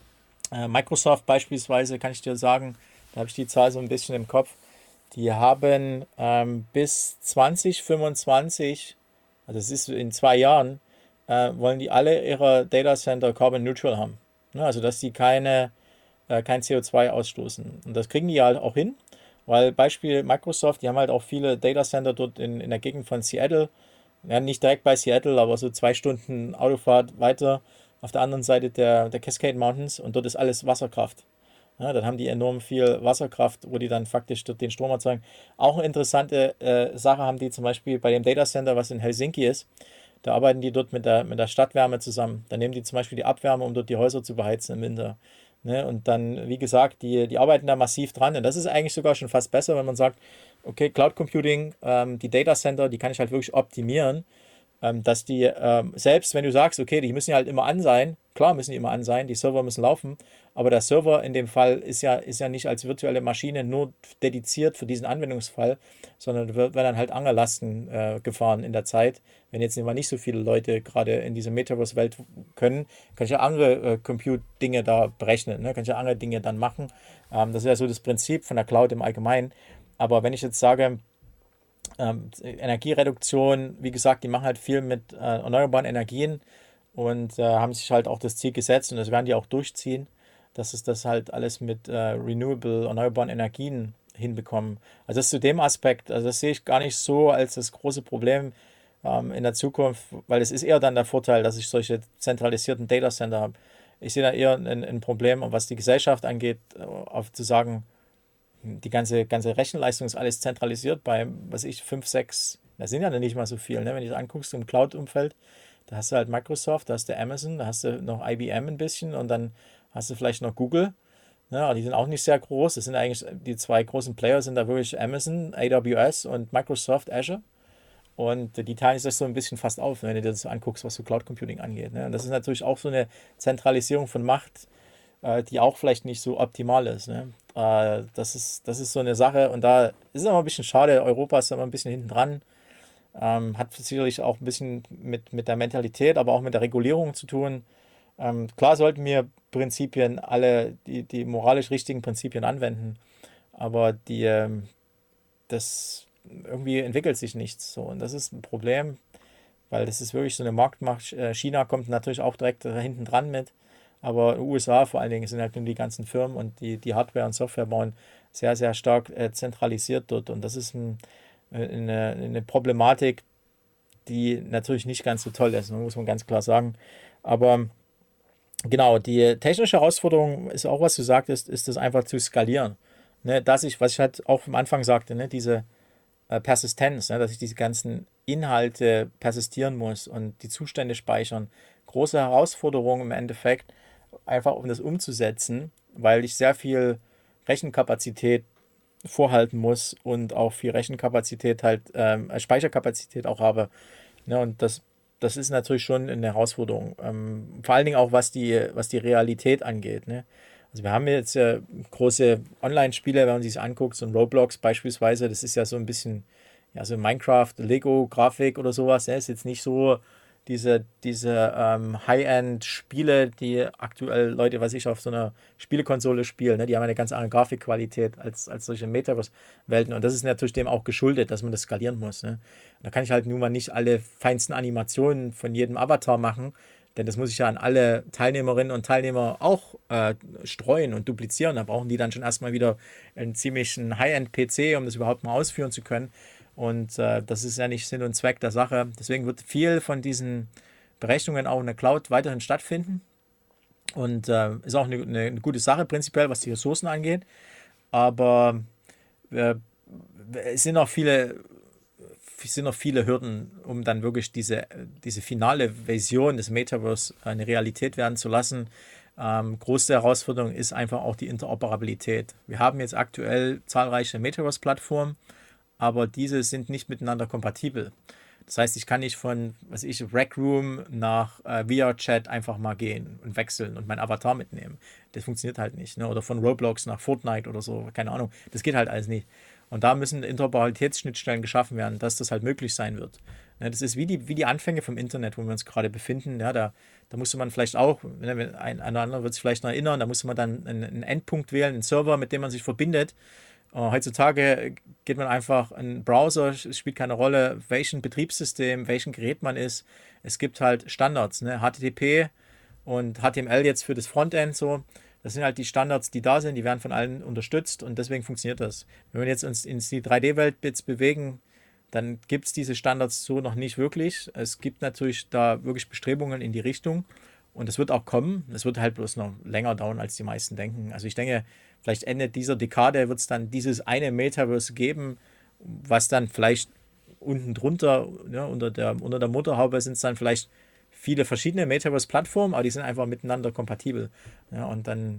Äh, Microsoft beispielsweise, kann ich dir sagen, da habe ich die Zahl so ein bisschen im Kopf, die haben ähm, bis zwanzig fünfundzwanzig, also das ist in zwei Jahren, äh, wollen die alle ihre Data Center carbon neutral haben. Ne? Also dass die keine, äh, kein C O zwei ausstoßen. Und das kriegen die halt auch hin, weil Beispiel Microsoft, die haben halt auch viele Data Center dort in, in der Gegend von Seattle, ja, nicht direkt bei Seattle, aber so zwei Stunden Autofahrt weiter auf der anderen Seite der, der Cascade Mountains und dort ist alles Wasserkraft. Ja, dann haben die enorm viel Wasserkraft, wo die dann faktisch dort den Strom erzeugen. Auch eine interessante äh, Sache haben die zum Beispiel bei dem Data Center, was in Helsinki ist. Da arbeiten die dort mit der, mit der Stadtwärme zusammen. Da nehmen die zum Beispiel die Abwärme, um dort die Häuser zu beheizen im Winter. Ne? Und dann, wie gesagt, die, die arbeiten da massiv dran. Und das ist eigentlich sogar schon fast besser, wenn man sagt, okay, Cloud Computing, ähm, die Data Center, die kann ich halt wirklich optimieren, ähm, dass die, ähm, selbst wenn du sagst, okay, die müssen ja halt immer an sein, klar müssen die immer an sein, die Server müssen laufen, aber der Server in dem Fall ist ja, ist ja nicht als virtuelle Maschine nur dediziert für diesen Anwendungsfall, sondern wird, werden dann halt andere Lasten äh, gefahren in der Zeit. Wenn jetzt immer nicht so viele Leute gerade in dieser Metaverse-Welt können, kann ich ja andere äh, Compute-Dinge da berechnen, ne? Kann ich ja andere Dinge dann machen. Ähm, das ist ja so das Prinzip von der Cloud im Allgemeinen. Aber wenn ich jetzt sage, ähm, Energiereduktion, wie gesagt, die machen halt viel mit äh, erneuerbaren Energien und äh, haben sich halt auch das Ziel gesetzt und das werden die auch durchziehen, dass es das halt alles mit äh, renewable, erneuerbaren Energien hinbekommen. Also das zu dem Aspekt, also das sehe ich gar nicht so als das große Problem ähm, in der Zukunft, weil es ist eher dann der Vorteil, dass ich solche zentralisierten Datacenter habe. Ich sehe da eher ein, ein Problem, was die Gesellschaft angeht, auf zu sagen, die ganze, ganze Rechenleistung ist alles zentralisiert bei, was ich, fünf, sechs, das sind ja nicht mal so viel, ne? Wenn du das anguckst im Cloud-Umfeld, da hast du halt Microsoft, da hast du Amazon, da hast du noch I B M ein bisschen und dann hast du vielleicht noch Google. Ja, die sind auch nicht sehr groß. Das sind eigentlich die zwei großen Player, sind da wirklich Amazon, A W S und Microsoft Azure. Und die teilen sich das so ein bisschen fast auf, wenn du dir das anguckst, was so Cloud Computing angeht. Ne? Und das ist natürlich auch so eine Zentralisierung von Macht, äh, die auch vielleicht nicht so optimal ist. Ne? Äh, das ist, das ist so eine Sache und da ist es immer ein bisschen schade. Europa ist immer ein bisschen hinten dran. Ähm, hat sicherlich auch ein bisschen mit, mit der Mentalität, aber auch mit der Regulierung zu tun. Ähm, klar sollten wir Prinzipien, alle die, die moralisch richtigen Prinzipien anwenden, aber die, ähm, das irgendwie entwickelt sich nichts so und das ist ein Problem, weil das ist wirklich so eine Marktmacht. Äh, China kommt natürlich auch direkt da hinten dran mit, aber U S A vor allen Dingen sind halt nun die ganzen Firmen und die, die Hardware und Software bauen sehr, sehr stark äh, zentralisiert dort und das ist ein, äh, eine, eine Problematik, die natürlich nicht ganz so toll ist, muss man ganz klar sagen, aber genau, die technische Herausforderung ist auch, was du sagtest, ist das einfach zu skalieren. Ne, dass ich, was ich halt auch am Anfang sagte, ne, diese äh, Persistenz, ne, dass ich diese ganzen Inhalte persistieren muss und die Zustände speichern. Große Herausforderung im Endeffekt, einfach um das umzusetzen, weil ich sehr viel Rechenkapazität vorhalten muss und auch viel Rechenkapazität halt, ähm, Speicherkapazität auch habe. Ne, und das, das ist natürlich schon eine Herausforderung. Ähm, vor allen Dingen auch, was die, was die Realität angeht. Ne? Also wir haben jetzt äh, große Online-Spiele, wenn man sich das anguckt, so ein Roblox beispielsweise, das ist ja so ein bisschen, ja, so Minecraft, Lego-Grafik oder sowas. Ne? Ist jetzt nicht so diese, diese ähm, High-End-Spiele, die aktuell Leute, was ich auf so einer Spielekonsole spielen, ne? Die haben eine ganz andere Grafikqualität als, als solche Metaverse-Welten. Und das ist natürlich dem auch geschuldet, dass man das skalieren muss. Ne? Da kann ich halt nun mal nicht alle feinsten Animationen von jedem Avatar machen, denn das muss ich ja an alle Teilnehmerinnen und Teilnehmer auch äh, streuen und duplizieren. Da brauchen die dann schon erstmal wieder einen ziemlichen High-End-P C, um das überhaupt mal ausführen zu können. Und äh, das ist ja nicht Sinn und Zweck der Sache. Deswegen wird viel von diesen Berechnungen auch in der Cloud weiterhin stattfinden. Und äh, ist auch eine, eine gute Sache prinzipiell, was die Ressourcen angeht. Aber äh, es sind noch viele es sind noch viele Hürden, um dann wirklich diese, diese finale Version des Metaverse eine Realität werden zu lassen. Ähm, große Herausforderung ist einfach auch die Interoperabilität. Wir haben jetzt aktuell zahlreiche Metaverse-Plattformen, aber diese sind nicht miteinander kompatibel. Das heißt, ich kann nicht von, was ich, Rec Room nach äh, V R-Chat einfach mal gehen und wechseln und meinen Avatar mitnehmen. Das funktioniert halt nicht. Ne? Oder von Roblox nach Fortnite oder so, keine Ahnung. Das geht halt alles nicht. Und da müssen Interoperabilitätsschnittstellen geschaffen werden, dass das halt möglich sein wird. Ne? Das ist wie die, wie die Anfänge vom Internet, wo wir uns gerade befinden. Ja, da, da musste man vielleicht auch, ne, ein oder andere wird sich vielleicht noch erinnern, da musste man dann einen, einen Endpunkt wählen, einen Server, mit dem man sich verbindet. Uh, heutzutage geht man einfach in einen Browser, es spielt keine Rolle, welchen Betriebssystem, welchen Gerät man ist. Es gibt halt Standards, ne? H T T P und H T M L jetzt für das Frontend so. Das sind halt die Standards, die da sind, die werden von allen unterstützt und deswegen funktioniert das. Wenn wir jetzt uns in die drei D-Welt jetzt bewegen, dann gibt es diese Standards so noch nicht wirklich. Es gibt natürlich da wirklich Bestrebungen in die Richtung und es wird auch kommen. Es wird halt bloß noch länger dauern, als die meisten denken. Also ich denke, vielleicht Ende dieser Dekade wird es dann dieses eine Metaverse geben, was dann vielleicht unten drunter, ja, unter der, unter der Motorhaube sind es dann vielleicht viele verschiedene Metaverse-Plattformen, aber die sind einfach miteinander kompatibel. Ja, und dann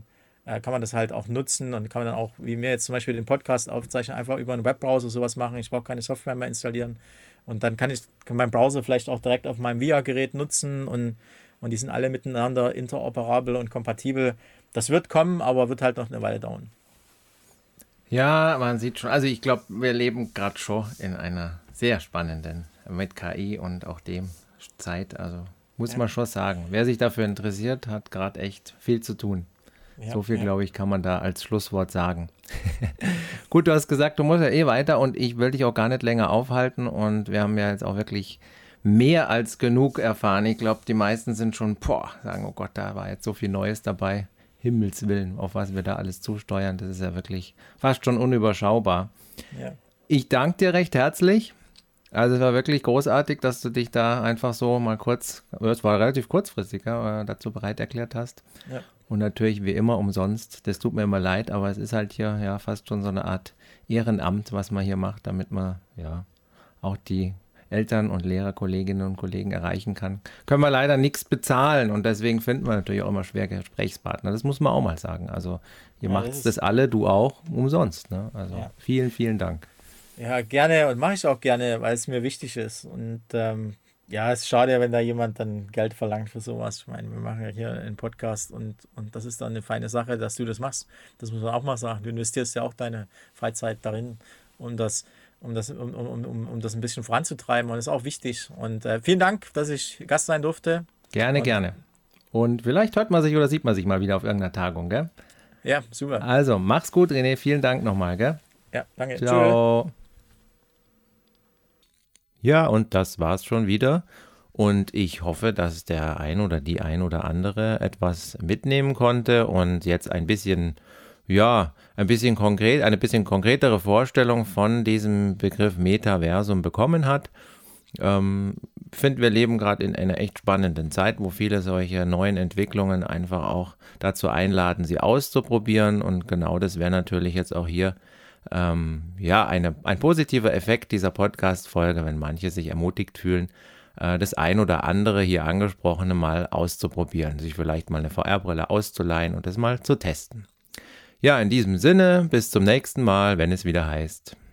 äh, kann man das halt auch nutzen und kann man dann auch, wie wir jetzt zum Beispiel den Podcast aufzeichnen, einfach über einen Webbrowser sowas machen. Ich brauche keine Software mehr installieren. Und dann kann ich kann mein Browser vielleicht auch direkt auf meinem V R-Gerät nutzen und, und die sind alle miteinander interoperabel und kompatibel. Das wird kommen, aber wird halt noch eine Weile dauern. Ja, man sieht schon, also ich glaube, wir leben gerade schon in einer sehr spannenden, mit K I und auch dem Zeit, also muss Ja. man schon sagen. Wer sich dafür interessiert, hat gerade echt viel zu tun. Ja, So viel, ja. glaube ich, kann man da als Schlusswort sagen. Gut, du hast gesagt, du musst ja eh weiter und ich will dich auch gar nicht länger aufhalten und wir haben ja jetzt auch wirklich mehr als genug erfahren. Ich glaube, die meisten sind schon, boah, sagen, oh Gott, da war jetzt so viel Neues dabei. Himmels Willen, auf was wir da alles zusteuern, das ist ja wirklich fast schon unüberschaubar. Ja. Ich danke dir recht herzlich. Also es war wirklich großartig, dass du dich da einfach so mal kurz, es war relativ kurzfristig, ja, dazu bereit erklärt hast. Ja. Und natürlich wie immer umsonst. Das tut mir immer leid, aber es ist halt hier ja fast schon so eine Art Ehrenamt, was man hier macht, damit man ja auch die Eltern und Lehrer, Kolleginnen und Kollegen erreichen kann. Können wir leider nichts bezahlen und deswegen finden wir natürlich auch immer schwer Gesprächspartner. Das muss man auch mal sagen. Also ihr Ja, macht das das, ist- das alle, du auch, umsonst. Ne? Also Ja. vielen, vielen Dank. Ja, gerne und mache ich auch gerne, weil es mir wichtig ist. Und ähm, ja, es ist schade, wenn da jemand dann Geld verlangt für sowas. Ich meine, wir machen ja hier einen Podcast und, und das ist dann eine feine Sache, dass du das machst. Das muss man auch mal sagen. Du investierst ja auch deine Freizeit darin, um das, um das, um, um, um, um das ein bisschen voranzutreiben und das ist auch wichtig. Und äh, vielen Dank, dass ich Gast sein durfte. Gerne, Und- gerne. Und vielleicht hört man sich oder sieht man sich mal wieder auf irgendeiner Tagung, gell? Ja, super. Also, mach's gut, René. Vielen Dank nochmal, gell? Ja, danke. Tschö. Ciao. Ja, und das war's schon wieder. Und ich hoffe, dass der ein oder die ein oder andere etwas mitnehmen konnte und jetzt ein bisschen, ja, ein bisschen konkret, eine bisschen konkretere Vorstellung von diesem Begriff Metaversum bekommen hat. Ähm, finde, wir leben gerade in einer echt spannenden Zeit, wo viele solche neuen Entwicklungen einfach auch dazu einladen, sie auszuprobieren. Und genau das wäre natürlich jetzt auch hier ähm, ja eine, ein positiver Effekt dieser Podcast-Folge, wenn manche sich ermutigt fühlen, äh, das ein oder andere hier angesprochene mal auszuprobieren, sich vielleicht mal eine V R-Brille auszuleihen und das mal zu testen. Ja, in diesem Sinne, bis zum nächsten Mal, wenn es wieder heißt